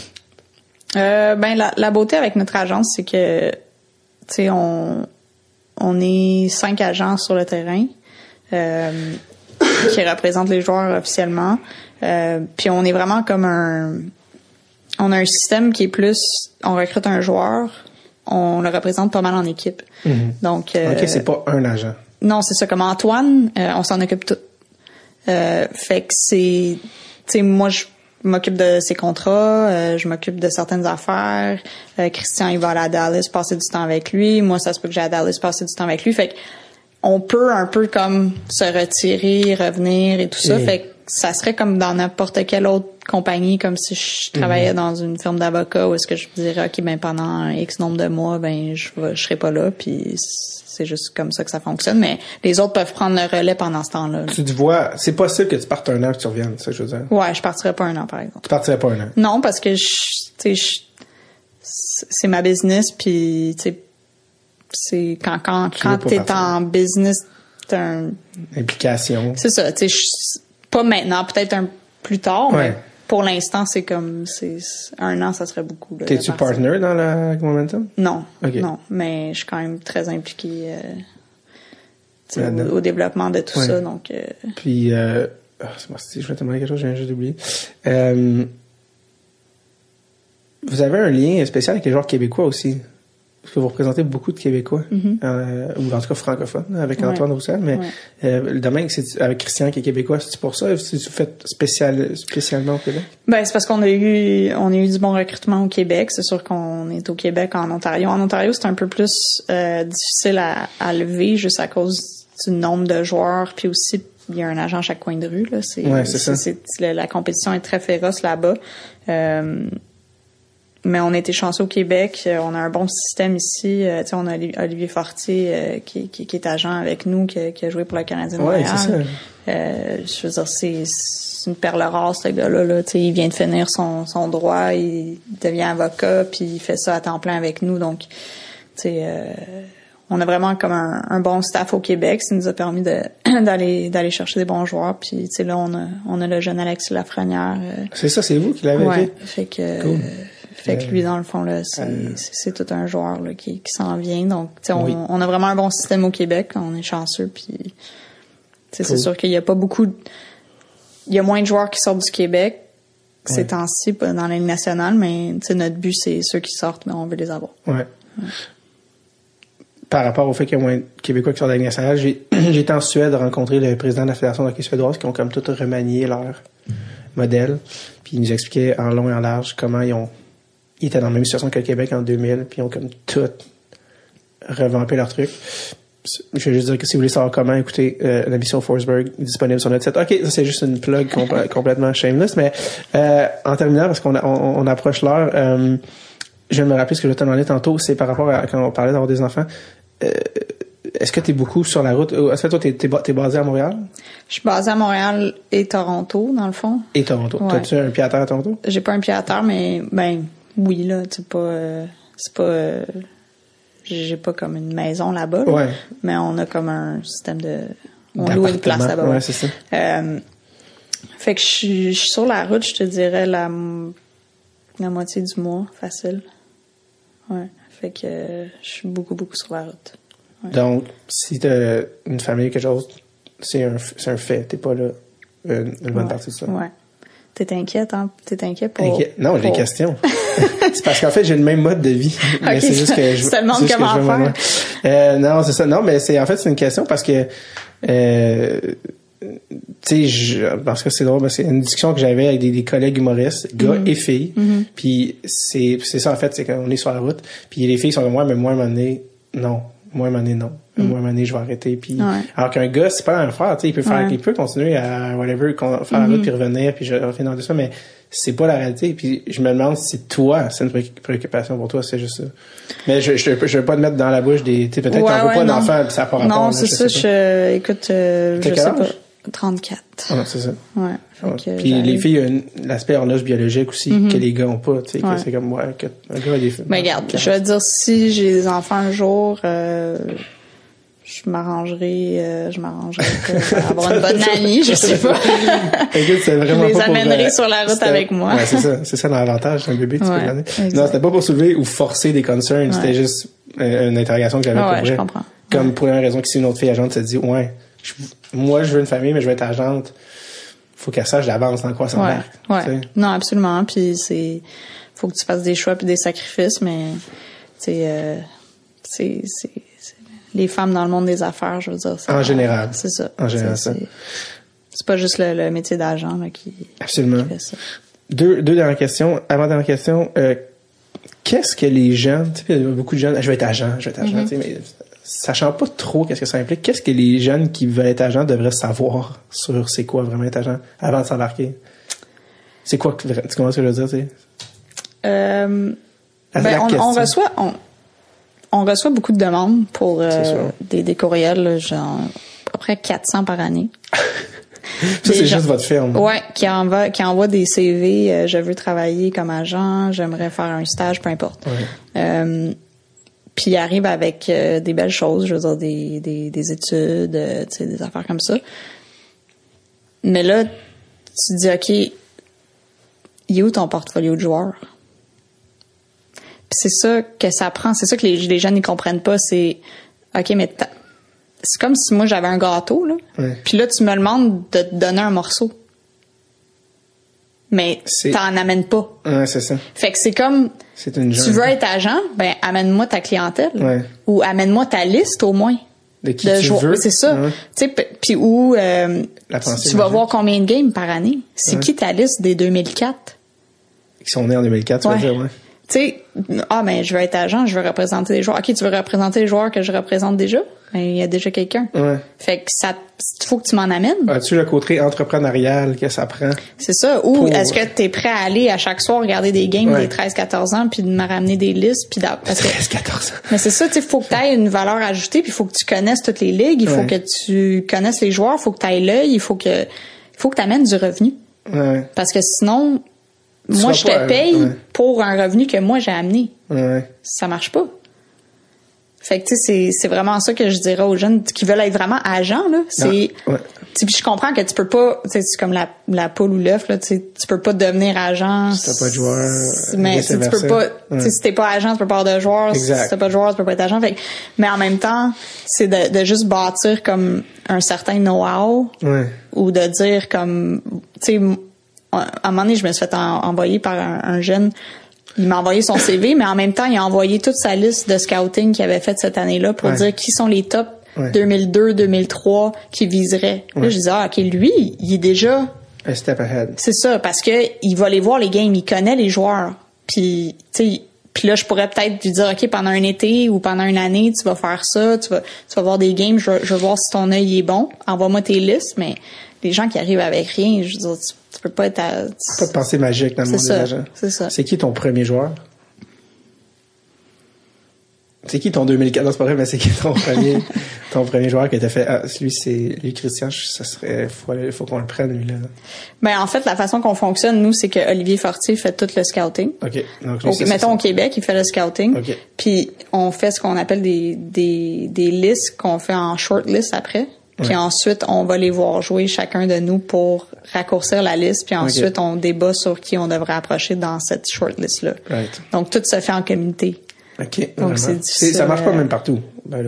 [SPEAKER 3] La beauté avec notre agence, c'est que, tu sais, on est 5 agents sur le terrain, qui représentent les joueurs officiellement. Puis on est vraiment comme on a un système qui est plus, on recrute un joueur, on le représente pas mal en équipe. Mm-hmm. Donc
[SPEAKER 1] OK, c'est pas un agent.
[SPEAKER 3] Non, c'est ça. Comme Antoine, on s'en occupe tout. Fait que c'est, tu sais, moi je m'occupe de ses contrats, je m'occupe de certaines affaires. Christian, il va aller à Dallas passer du temps avec lui. Moi, ça se peut que j'aille à Dallas passer du temps avec lui. Fait que on peut un peu comme se retirer, revenir et tout ça. Fait que ça serait comme dans n'importe quelle autre compagnie, comme si je travaillais dans une firme d'avocats où est-ce que je me dirais, OK, pendant un X nombre de mois, je serai pas là, puis c'est juste comme ça que ça fonctionne. Mais les autres peuvent prendre le relais pendant ce temps-là.
[SPEAKER 1] Tu te vois, c'est possible que tu partes un an et que tu reviennes, c'est ça que je veux dire? Ouais,
[SPEAKER 3] je partirais pas un an, par exemple.
[SPEAKER 1] Tu partirais pas un an?
[SPEAKER 3] Non, parce que c'est ma business, puis tu sais, c'est quand t'es en business, t'as
[SPEAKER 1] implication.
[SPEAKER 3] C'est ça, tu sais, pas maintenant, peut-être un plus tard, mais pour l'instant, c'est comme, un an, ça serait beaucoup. Là,
[SPEAKER 1] t'es-tu partner dans la Momentum?
[SPEAKER 3] Non. Okay. Non, mais je suis quand même très impliquée au développement de tout ça, donc.
[SPEAKER 1] Puis, c'est moi, si je vais te demander quelque chose, je viens juste d'oublier. Vous avez un lien spécial avec les joueurs québécois aussi. Parce que vous représentez beaucoup de Québécois, ou en tout cas francophones, avec Antoine Roussel, mais le domaine, c'est avec Christian qui est québécois, c'est pour ça? Si tu fais spécialement au Québec?
[SPEAKER 3] C'est parce qu'on a eu du bon recrutement au Québec. C'est sûr qu'on est au Québec, en Ontario. En Ontario, c'est un peu plus difficile à lever, juste à cause du nombre de joueurs, puis aussi il y a un agent à chaque coin de rue. Là.
[SPEAKER 1] C'est ça.
[SPEAKER 3] La compétition est très féroce là-bas. Mais on a été chanceux au Québec. On a un bon système ici. On a Olivier Fortier qui est agent avec nous, qui a joué pour le Canadien de Montréal. C'est ça. Je veux dire, c'est une perle rare, ce gars-là. Là. Il vient de finir son droit, il devient avocat, puis il fait ça à temps plein avec nous. Donc, on a vraiment comme un bon staff au Québec. Ça nous a permis d'aller chercher des bons joueurs. Puis là, on a le jeune Alexis Lafrenière.
[SPEAKER 1] C'est ça, c'est vous qui l'avez fait?
[SPEAKER 3] Fait que... Cool. Fait que lui, dans le fond, là, c'est tout un joueur là, qui s'en vient. Donc, on a vraiment un bon système au Québec. On est chanceux. Puis, c'est sûr qu'il y a pas beaucoup... Il y a moins de joueurs qui sortent du Québec ces temps-ci dans la Ligue nationale, mais notre but, c'est ceux qui sortent, mais on veut les avoir.
[SPEAKER 1] Ouais. Par rapport au fait qu'il y a moins de Québécois qui sortent de la Ligue nationale, j'ai été en Suède rencontrer le président de la Fédération de hockey suédoise qui ont comme tout remanié leur modèle. Puis ils nous expliquaient en long et en large comment ils étaient dans la même situation que le Québec en 2000, puis ils ont comme tout revampé leur truc. je vais juste dire que si vous voulez savoir comment écouter la mission Forsberg disponible sur notre site. OK, ça c'est juste une plug complètement shameless, mais en terminant, parce qu'on approche l'heure, je viens de me rappeler ce que je te demandais tantôt, c'est par rapport à quand on parlait d'avoir des enfants. Est-ce que tu es beaucoup sur la route? Est-ce que toi, t'es basé à Montréal? Je
[SPEAKER 3] suis basée à Montréal et Toronto, dans le fond.
[SPEAKER 1] Et Toronto. Ouais. T'as-tu un pied à terre à Toronto? J'ai
[SPEAKER 3] pas un pied à terre, mais oui, là, c'est pas j'ai pas comme une maison là-bas, là, mais on a comme un système on loue une place là-bas.
[SPEAKER 1] Ouais, c'est ça.
[SPEAKER 3] Fait que je suis sur la route, je te dirais la moitié du mois, facile. Ouais. Fait que je suis beaucoup sur la route. Ouais.
[SPEAKER 1] Donc, si t'as une famille ou quelque chose, c'est un fait. T'es pas là une bonne partie de ça.
[SPEAKER 3] Ouais. T'es inquiète, hein? T'es inquiet pour...
[SPEAKER 1] Non, j'ai des questions. C'est parce qu'en fait, j'ai le même mode de vie. Mais
[SPEAKER 3] okay,
[SPEAKER 1] c'est juste que je
[SPEAKER 3] te demande comment
[SPEAKER 1] faire. Non, c'est ça. Non, mais c'est une question parce que, tu sais, parce que c'est drôle, c'est une discussion que j'avais avec des collègues humoristes, gars et filles. Mm-hmm. Puis c'est ça, en fait, c'est qu'on est sur la route. Puis les filles sont comme moi, mais moi, à un moment donné, non. Moi, à un moment donné, non. Moi, à un moment donné, je vais arrêter. Puis, alors qu'un gars, c'est pas la même affaire, tu sais, il peut continuer à whatever, faire la route puis revenir puis je refais dans tout ça, mais c'est pas la réalité. Puis je me demande si toi, c'est une préoccupation pour toi, c'est juste ça. Mais je veux pas te mettre dans la bouche tu sais, peut-être t'en veux pas d'enfant puis ça n'a pas rapport.
[SPEAKER 3] Non, c'est ça, écoute, je sais pas. 34.
[SPEAKER 1] Ah, c'est ça.
[SPEAKER 3] Ouais.
[SPEAKER 1] Puis les filles, l'aspect horloge biologique aussi, que les gars ont pas, tu sais, que c'est comme moi, un gars a des filles.
[SPEAKER 3] Mais regarde, je vais te dire, si j'ai des enfants un jour, je m'arrangerai pour avoir une bonne nanny, je sais pas.
[SPEAKER 1] Écoute, c'est vraiment
[SPEAKER 3] je les
[SPEAKER 1] pas
[SPEAKER 3] amènerai sur la route avec moi.
[SPEAKER 1] Ouais, c'est ça l'avantage d'un bébé, tu peux l'amener. Non, c'était pas pour soulever ou forcer des concerns, c'était juste une interrogation que j'avais pour vrai.
[SPEAKER 3] Je comprends.
[SPEAKER 1] Comme pour une raison que si une autre fille agente se dit, moi, je veux une famille, mais je veux être agente. Faut qu'elle sache d'avance dans quoi ça va.
[SPEAKER 3] Ouais. Non, absolument. Puis faut que tu fasses des choix puis des sacrifices, mais c'est les femmes dans le monde des affaires, je veux dire.
[SPEAKER 1] En général.
[SPEAKER 3] C'est ça.
[SPEAKER 1] En général,
[SPEAKER 3] c'est pas juste le métier d'agent là, qui fait ça.
[SPEAKER 1] Deux dernières questions. Avant-dernière question, qu'est-ce que les jeunes, tu sais, il y a beaucoup de jeunes, je vais être agent, tu sais, mais sachant pas trop qu'est-ce que ça implique, qu'est-ce que les jeunes qui veulent être agents devraient savoir sur c'est quoi vraiment être agent avant de s'embarquer? C'est quoi, tu comprends ce que je veux dire, tu sais?
[SPEAKER 3] On reçoit beaucoup de demandes pour des courriels, là, genre à peu près 400 par année.
[SPEAKER 1] Ça, c'est juste votre firme.
[SPEAKER 3] Ouais, qui envoie des CV, je veux travailler comme agent, j'aimerais faire un stage, peu importe. Ouais. Puis ils arrivent avec des belles choses, je veux dire des études, tu sais, des affaires comme ça. Mais là, tu te dis, OK, il est où ton portfolio de joueurs? Puis c'est ça que ça prend, c'est ça que les jeunes ils comprennent pas, c'est OK, mais c'est comme si moi j'avais un gâteau là. Ouais. Puis là tu me demandes de te donner un morceau. Mais t'en amènes pas.
[SPEAKER 1] Ouais, c'est ça.
[SPEAKER 3] Fait que c'est comme tu veux être agent, ben amène-moi ta clientèle ou amène-moi ta liste au moins
[SPEAKER 1] de qui tu
[SPEAKER 3] joueurs.
[SPEAKER 1] veux.
[SPEAKER 3] C'est ça. Ouais. Tu sais puis où tu vas voir combien de games par année. C'est qui ta liste des 2004
[SPEAKER 1] qui sont nés en 2004, tu vas dire
[SPEAKER 3] tu sais, mais je veux être agent, je veux représenter des joueurs. OK, tu veux représenter les joueurs que je représente déjà? Ben, il y a déjà quelqu'un. Ouais. Fait que faut que tu m'en amènes.
[SPEAKER 1] As-tu le côté entrepreneurial que ça prend?
[SPEAKER 3] C'est ça. Ou est-ce que t'es prêt à aller à chaque soir regarder des games des 13-14 ans puis de me ramener des listes puis
[SPEAKER 1] 13-14 ans.
[SPEAKER 3] Mais c'est ça, tu sais, faut que t'aies une valeur ajoutée puis il faut que tu connaisses toutes les ligues, il faut que tu connaisses les joueurs, il faut que t'aies l'œil, il faut que t'amènes du revenu. Ouais. Parce que sinon, moi, je te paye pour un revenu que moi, j'ai amené. Ouais. Ça marche pas. Fait que, tu sais, c'est vraiment ça que je dirais aux jeunes qui veulent être vraiment agents, là. Puis je comprends que tu peux pas, tu sais, c'est comme la poule ou l'œuf, là, tu peux pas devenir agent.
[SPEAKER 1] Si t'as pas de joueur.
[SPEAKER 3] Mais tu peux pas, si t'es pas agent, tu peux pas avoir de joueurs. Exact. Si t'as pas de joueurs, tu peux pas être agent. Fait que, mais en même temps, c'est de juste bâtir comme un certain know-how. Ouais. Ou de dire comme, tu sais, à un moment donné, je me suis fait envoyer par un jeune. Il m'a envoyé son CV, mais en même temps, il a envoyé toute sa liste de scouting qu'il avait fait cette année-là pour dire qui sont les tops 2002, 2003 qui viseraient. Là, je disais, OK, lui, il est déjà...
[SPEAKER 1] Un step ahead.
[SPEAKER 3] C'est ça, parce que il va aller voir les games, il connaît les joueurs. Puis Puis là, je pourrais peut-être lui dire, OK, pendant un été ou pendant une année, tu vas faire ça, tu vas voir des games, je veux voir si ton œil est bon. Envoie-moi tes listes, mais les gens qui arrivent avec rien, je veux dire, tu peux pas être
[SPEAKER 1] pas de pensée magique dans le monde des agents.
[SPEAKER 3] C'est ça.
[SPEAKER 1] C'est qui ton premier joueur? C'est qui ton 2004? Non, c'est pas vrai, mais c'est qui ton premier joueur que t'as fait? Ah, lui, Christian, ça serait, faut qu'on le prenne, lui, là.
[SPEAKER 3] Ben, en fait, la façon qu'on fonctionne, nous, c'est que Olivier Fortier fait tout le scouting.
[SPEAKER 1] OK. Donc,
[SPEAKER 3] mettons au Québec, il fait le scouting.
[SPEAKER 1] OK.
[SPEAKER 3] Puis, on fait ce qu'on appelle des listes qu'on fait en short list après. Puis ensuite, on va les voir jouer chacun de nous pour raccourcir la liste. Puis ensuite, on débat sur qui on devrait approcher dans cette short list-là.
[SPEAKER 1] Right.
[SPEAKER 3] Donc, tout se fait en communauté.
[SPEAKER 1] OK.
[SPEAKER 3] Donc, c'est difficile.
[SPEAKER 1] Ça marche pas même partout.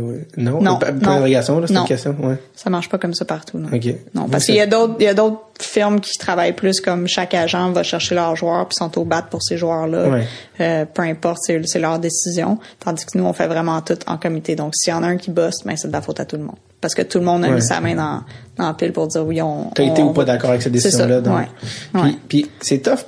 [SPEAKER 1] Non. Pas d'interrogation, là, c'est une question. Ouais.
[SPEAKER 3] Ça marche pas comme ça partout, non.
[SPEAKER 1] OK.
[SPEAKER 3] Non, parce qu'il y a d'autres firmes qui travaillent plus comme chaque agent va chercher leurs joueurs puis sont au bat pour ces joueurs-là. Ouais. Peu importe, c'est leur décision. Tandis que nous, on fait vraiment tout en comité. Donc, s'il y en a un qui bosse, ben, c'est de la faute à tout le monde. Parce que tout le monde a mis sa main dans la pile pour dire oui,
[SPEAKER 1] T'as été ou pas d'accord avec cette décision-là.
[SPEAKER 3] Donc. Ouais.
[SPEAKER 1] Puis c'est tough.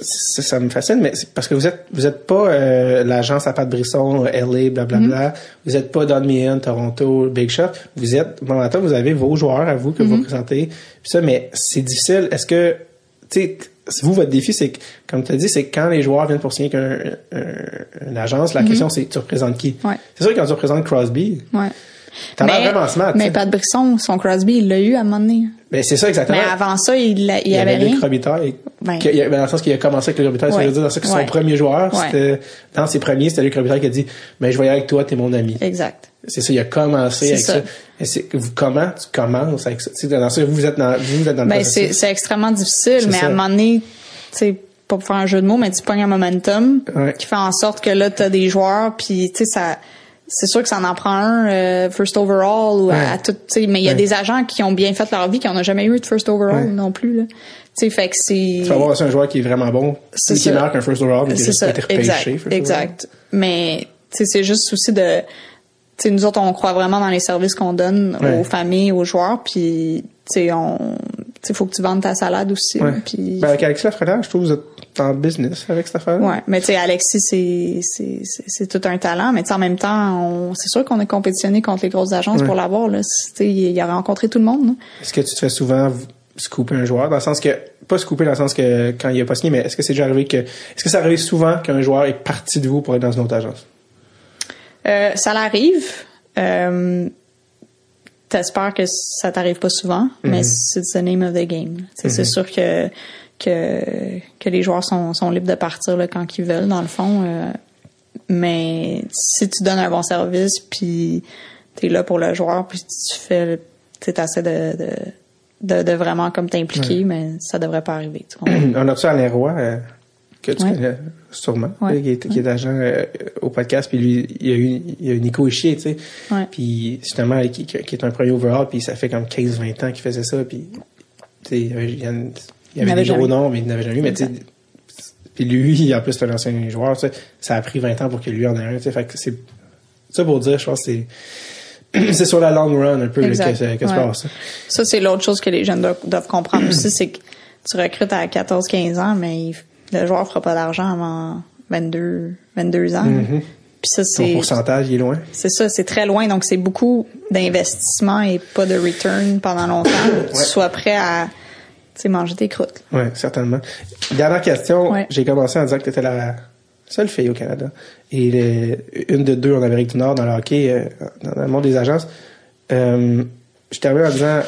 [SPEAKER 1] Ça me fascine, mais c'est parce que vous êtes pas l'agence à Pat Brisson, LA, blablabla. Vous êtes pas Don Meehan, Toronto, Big Shot. Vous êtes, momentan, vous avez vos joueurs à vous que vous présentez. Puis ça, mais c'est difficile. Est-ce que, tu sais, vous, votre défi, c'est que, comme tu as dit, c'est que quand les joueurs viennent pour signer avec une agence, la question, c'est tu représentes qui?
[SPEAKER 3] Ouais.
[SPEAKER 1] C'est sûr que quand tu représentes Crosby, t'as l'air vraiment smart.
[SPEAKER 3] Mais Pat Brisson, son Crosby, il l'a eu à un moment donné.
[SPEAKER 1] Ben, c'est ça, exactement.
[SPEAKER 3] Mais avant ça, il y avait rien.
[SPEAKER 1] Luc Robitaille. Dans le sens qu'il a commencé avec Luc Robitaille, ça veut dire dans ça que son premier joueur, c'était, dans ses premiers, c'était Luc Robitaille qui a dit, ben, je vais y aller avec toi, t'es mon ami.
[SPEAKER 3] Exact.
[SPEAKER 1] C'est ça, il a commencé avec ça. Et comment tu commences avec ça? Dans ça, vous êtes dans le processus.
[SPEAKER 3] C'est extrêmement difficile, mais à un moment donné, tu sais, pas pour faire un jeu de mots, mais tu pognes un momentum qui fait en sorte que là, t'as des joueurs, puis tu sais, ça, c'est sûr que ça en prend un first overall ou à tout, tu sais, mais il y a des agents qui ont bien fait leur vie qui n'ont jamais eu de first overall non plus, là. Tu sais, fait que c'est...
[SPEAKER 1] Tu vas avoir aussi un joueur qui est vraiment bon, qui est meilleur qu'un first overall, mais qui a juste été repêché.
[SPEAKER 3] Exact. Mais, tu sais, c'est juste souci de... Tu sais, nous autres, on croit vraiment dans les services qu'on donne aux familles, aux joueurs, puis, tu sais, faut que tu vendes ta salade aussi. Puis...
[SPEAKER 1] Ben, avec Alexis Lafrenière, je trouve que vous êtes en business avec cette affaire.
[SPEAKER 3] Ouais, mais tu sais, Alexis, c'est tout un talent, mais tu sais, en même temps, c'est sûr qu'on a compétitionné contre les grosses agences pour l'avoir, là. Tu sais, il a rencontré tout le monde, là.
[SPEAKER 1] Est-ce que tu te fais souvent scooper un joueur, dans le sens que, pas scooper dans le sens que quand il a pas signé, mais est-ce que c'est déjà arrivé est-ce que ça arrive souvent qu'un joueur est parti de vous pour être dans une autre agence?
[SPEAKER 3] Ça l'arrive. T'espères que ça t'arrive pas souvent, mais c'est the name of the game. C'est sûr que les joueurs sont libres de partir là, quand ils veulent, dans le fond. Mais si tu donnes un bon service, puis t'es là pour le joueur, puis tu t'essaies de vraiment comme t'impliquer, mais ça devrait pas arriver.
[SPEAKER 1] On a reçu Alain Roy, que tu connais sûrement, qui est agent au podcast, puis lui, il y a eu Nico Ischier, tu sais. Puis justement, qui est un premier overall, puis ça fait comme 15-20 ans qu'il faisait ça, puis tu sais, il y avait des gros noms, mais il n'avait jamais eu, mais tu sais, puis lui, en plus, c'est un ancien joueur, tu sais, ça a pris 20 ans pour que lui en ait un, tu sais, fait que c'est ça pour dire, je pense que c'est sur la long run un peu que se passe.
[SPEAKER 3] Ça, c'est l'autre chose que les jeunes doivent comprendre aussi, c'est que tu recrutes à 14-15 ans, mais le joueur fera pas d'argent avant 22 ans. Puis ça, c'est...
[SPEAKER 1] Ton pourcentage, il est loin.
[SPEAKER 3] C'est ça, c'est très loin. Donc, c'est beaucoup d'investissement et pas de return pendant longtemps. Que tu sois prêt à manger tes croûtes.
[SPEAKER 1] Oui, certainement. Dernière question. J'ai commencé en disant que tu étais la seule fille au Canada. Et une de deux en Amérique du Nord dans le hockey, dans le monde des agences. Je termine en disant...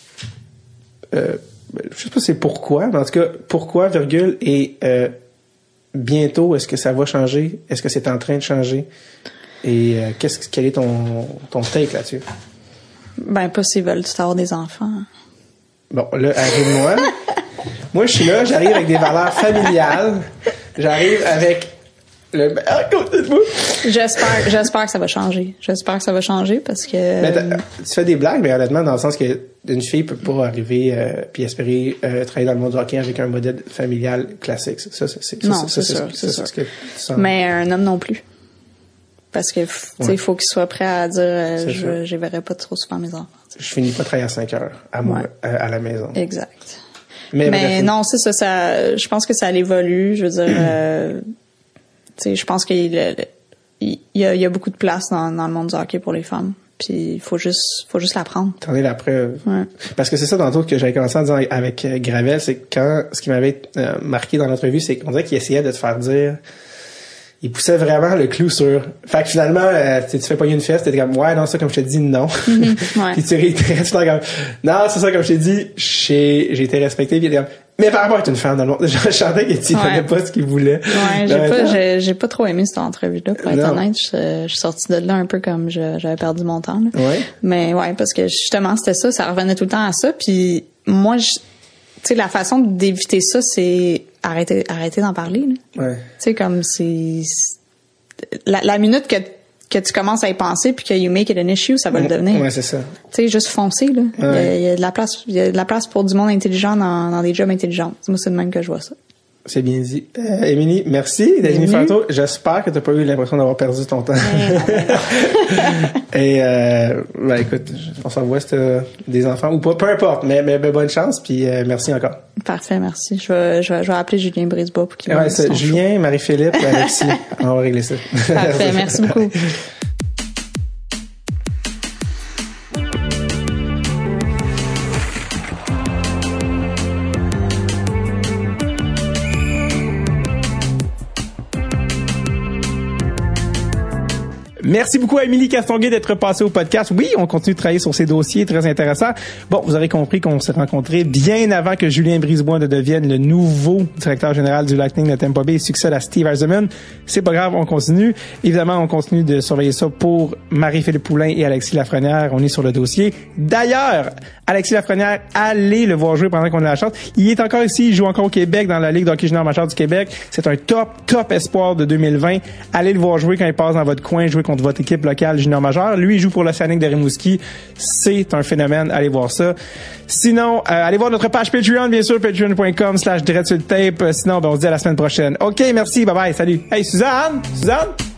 [SPEAKER 1] je sais pas c'est pourquoi, mais en tout cas, pourquoi, virgule, et bientôt, est-ce que ça va changer? Est-ce que c'est en train de changer? Et quel est ton take là-dessus?
[SPEAKER 3] Ben, pas s'ils veulent tout avoir des enfants.
[SPEAKER 1] Bon, là, arrive-moi. Moi, je suis là, j'arrive avec des valeurs familiales. J'arrive avec à côté de moi.
[SPEAKER 3] J'espère que ça va changer. J'espère que ça va changer parce que...
[SPEAKER 1] Mais tu fais des blagues, mais honnêtement, dans le sens que une fille peut pas arriver puis espérer travailler dans le monde du hockey avec un modèle familial classique. Ça, c'est ce que tu sens.
[SPEAKER 3] Mais un homme non plus. Parce que, tu sais, il faut qu'il soit prêt à dire je verrai pas trop souvent mes enfants. T'sais.
[SPEAKER 1] Je finis pas de travailler à 5 heures à la maison.
[SPEAKER 3] Exact. Mais non, c'est ça, je pense que ça évolue. Je veux dire... sais, je pense qu'il y a beaucoup de place dans le monde du hockey pour les femmes. Puis il faut juste la prendre.
[SPEAKER 1] T'en es la preuve.
[SPEAKER 3] Ouais.
[SPEAKER 1] Parce que c'est ça tantôt que j'avais commencé en disant avec Gravel, c'est que ce qui m'avait marqué dans l'entrevue, c'est qu'on dirait qu'il essayait de te faire dire, il poussait vraiment le clou sur. Fait que finalement, tu fais pogner une fesse, t'es comme ouais, non, ça comme je te dis, non.
[SPEAKER 3] Ouais.
[SPEAKER 1] Puis tu réitérais tout le temps comme non, c'est ça comme je t'ai dit, j'ai été respecté, puis comme mais par rapport à être une femme dans le monde, je sentais que tu savais pas ce qu'il voulait.
[SPEAKER 3] Ouais, j'ai pas trop aimé cette entrevue-là, pour être honnête. Je suis sortie de là un peu comme j'avais perdu mon temps, là.
[SPEAKER 1] Ouais.
[SPEAKER 3] Mais ouais, parce que justement, c'était ça revenait tout le temps à ça, puis moi, tu sais, la façon d'éviter ça, c'est arrêter d'en parler, là.
[SPEAKER 1] Ouais.
[SPEAKER 3] Tu sais, comme c'est la minute que tu commences à y penser puis que you make it an issue, ça va le devenir.
[SPEAKER 1] Ouais, c'est ça.
[SPEAKER 3] Tu sais, juste foncer, là.
[SPEAKER 1] Ouais.
[SPEAKER 3] Il y a de la place pour du monde intelligent dans des jobs intelligents. Moi, c'est de même que je vois ça.
[SPEAKER 1] C'est bien dit. Émilie, merci d'être venue faire un tour. J'espère que t'as pas eu l'impression d'avoir perdu ton temps. Et écoute, je pense qu'on voit des enfants ou pas, peu importe, mais bonne chance puis merci encore.
[SPEAKER 3] Parfait, merci. Je vais appeler Julien Brisebois pour qu'il me dise son
[SPEAKER 1] Julien, Marie-Philippe, Alexis. On va régler ça.
[SPEAKER 3] Parfait, merci beaucoup.
[SPEAKER 1] Merci beaucoup à Émilie Castonguay d'être passée au podcast. Oui, on continue de travailler sur ces dossiers très intéressants. Bon, vous aurez compris qu'on s'est rencontrés bien avant que Julien Brisebois ne devienne le nouveau directeur général du Lightning de Tampa Bay et succède à Steve Yzerman. C'est pas grave, on continue. Évidemment, on continue de surveiller ça pour Marie-Philippe Poulin et Alexis Lafrenière. On est sur le dossier. D'ailleurs, Alexis Lafrenière, allez le voir jouer pendant qu'on a la chance. Il est encore ici, il joue encore au Québec dans la Ligue d'hockey junior majeur du Québec. C'est un top espoir de 2020. Allez le voir jouer quand il passe dans votre coin, jouer contre votre équipe locale junior majeur. Lui, il joue pour l'Océanique de Rimouski. C'est un phénomène. Allez voir ça. Sinon, allez voir notre page Patreon, bien sûr, patreon.com/dreadsultape. Sinon, on se dit à la semaine prochaine. OK, merci. Bye bye. Salut. Hey, Suzanne!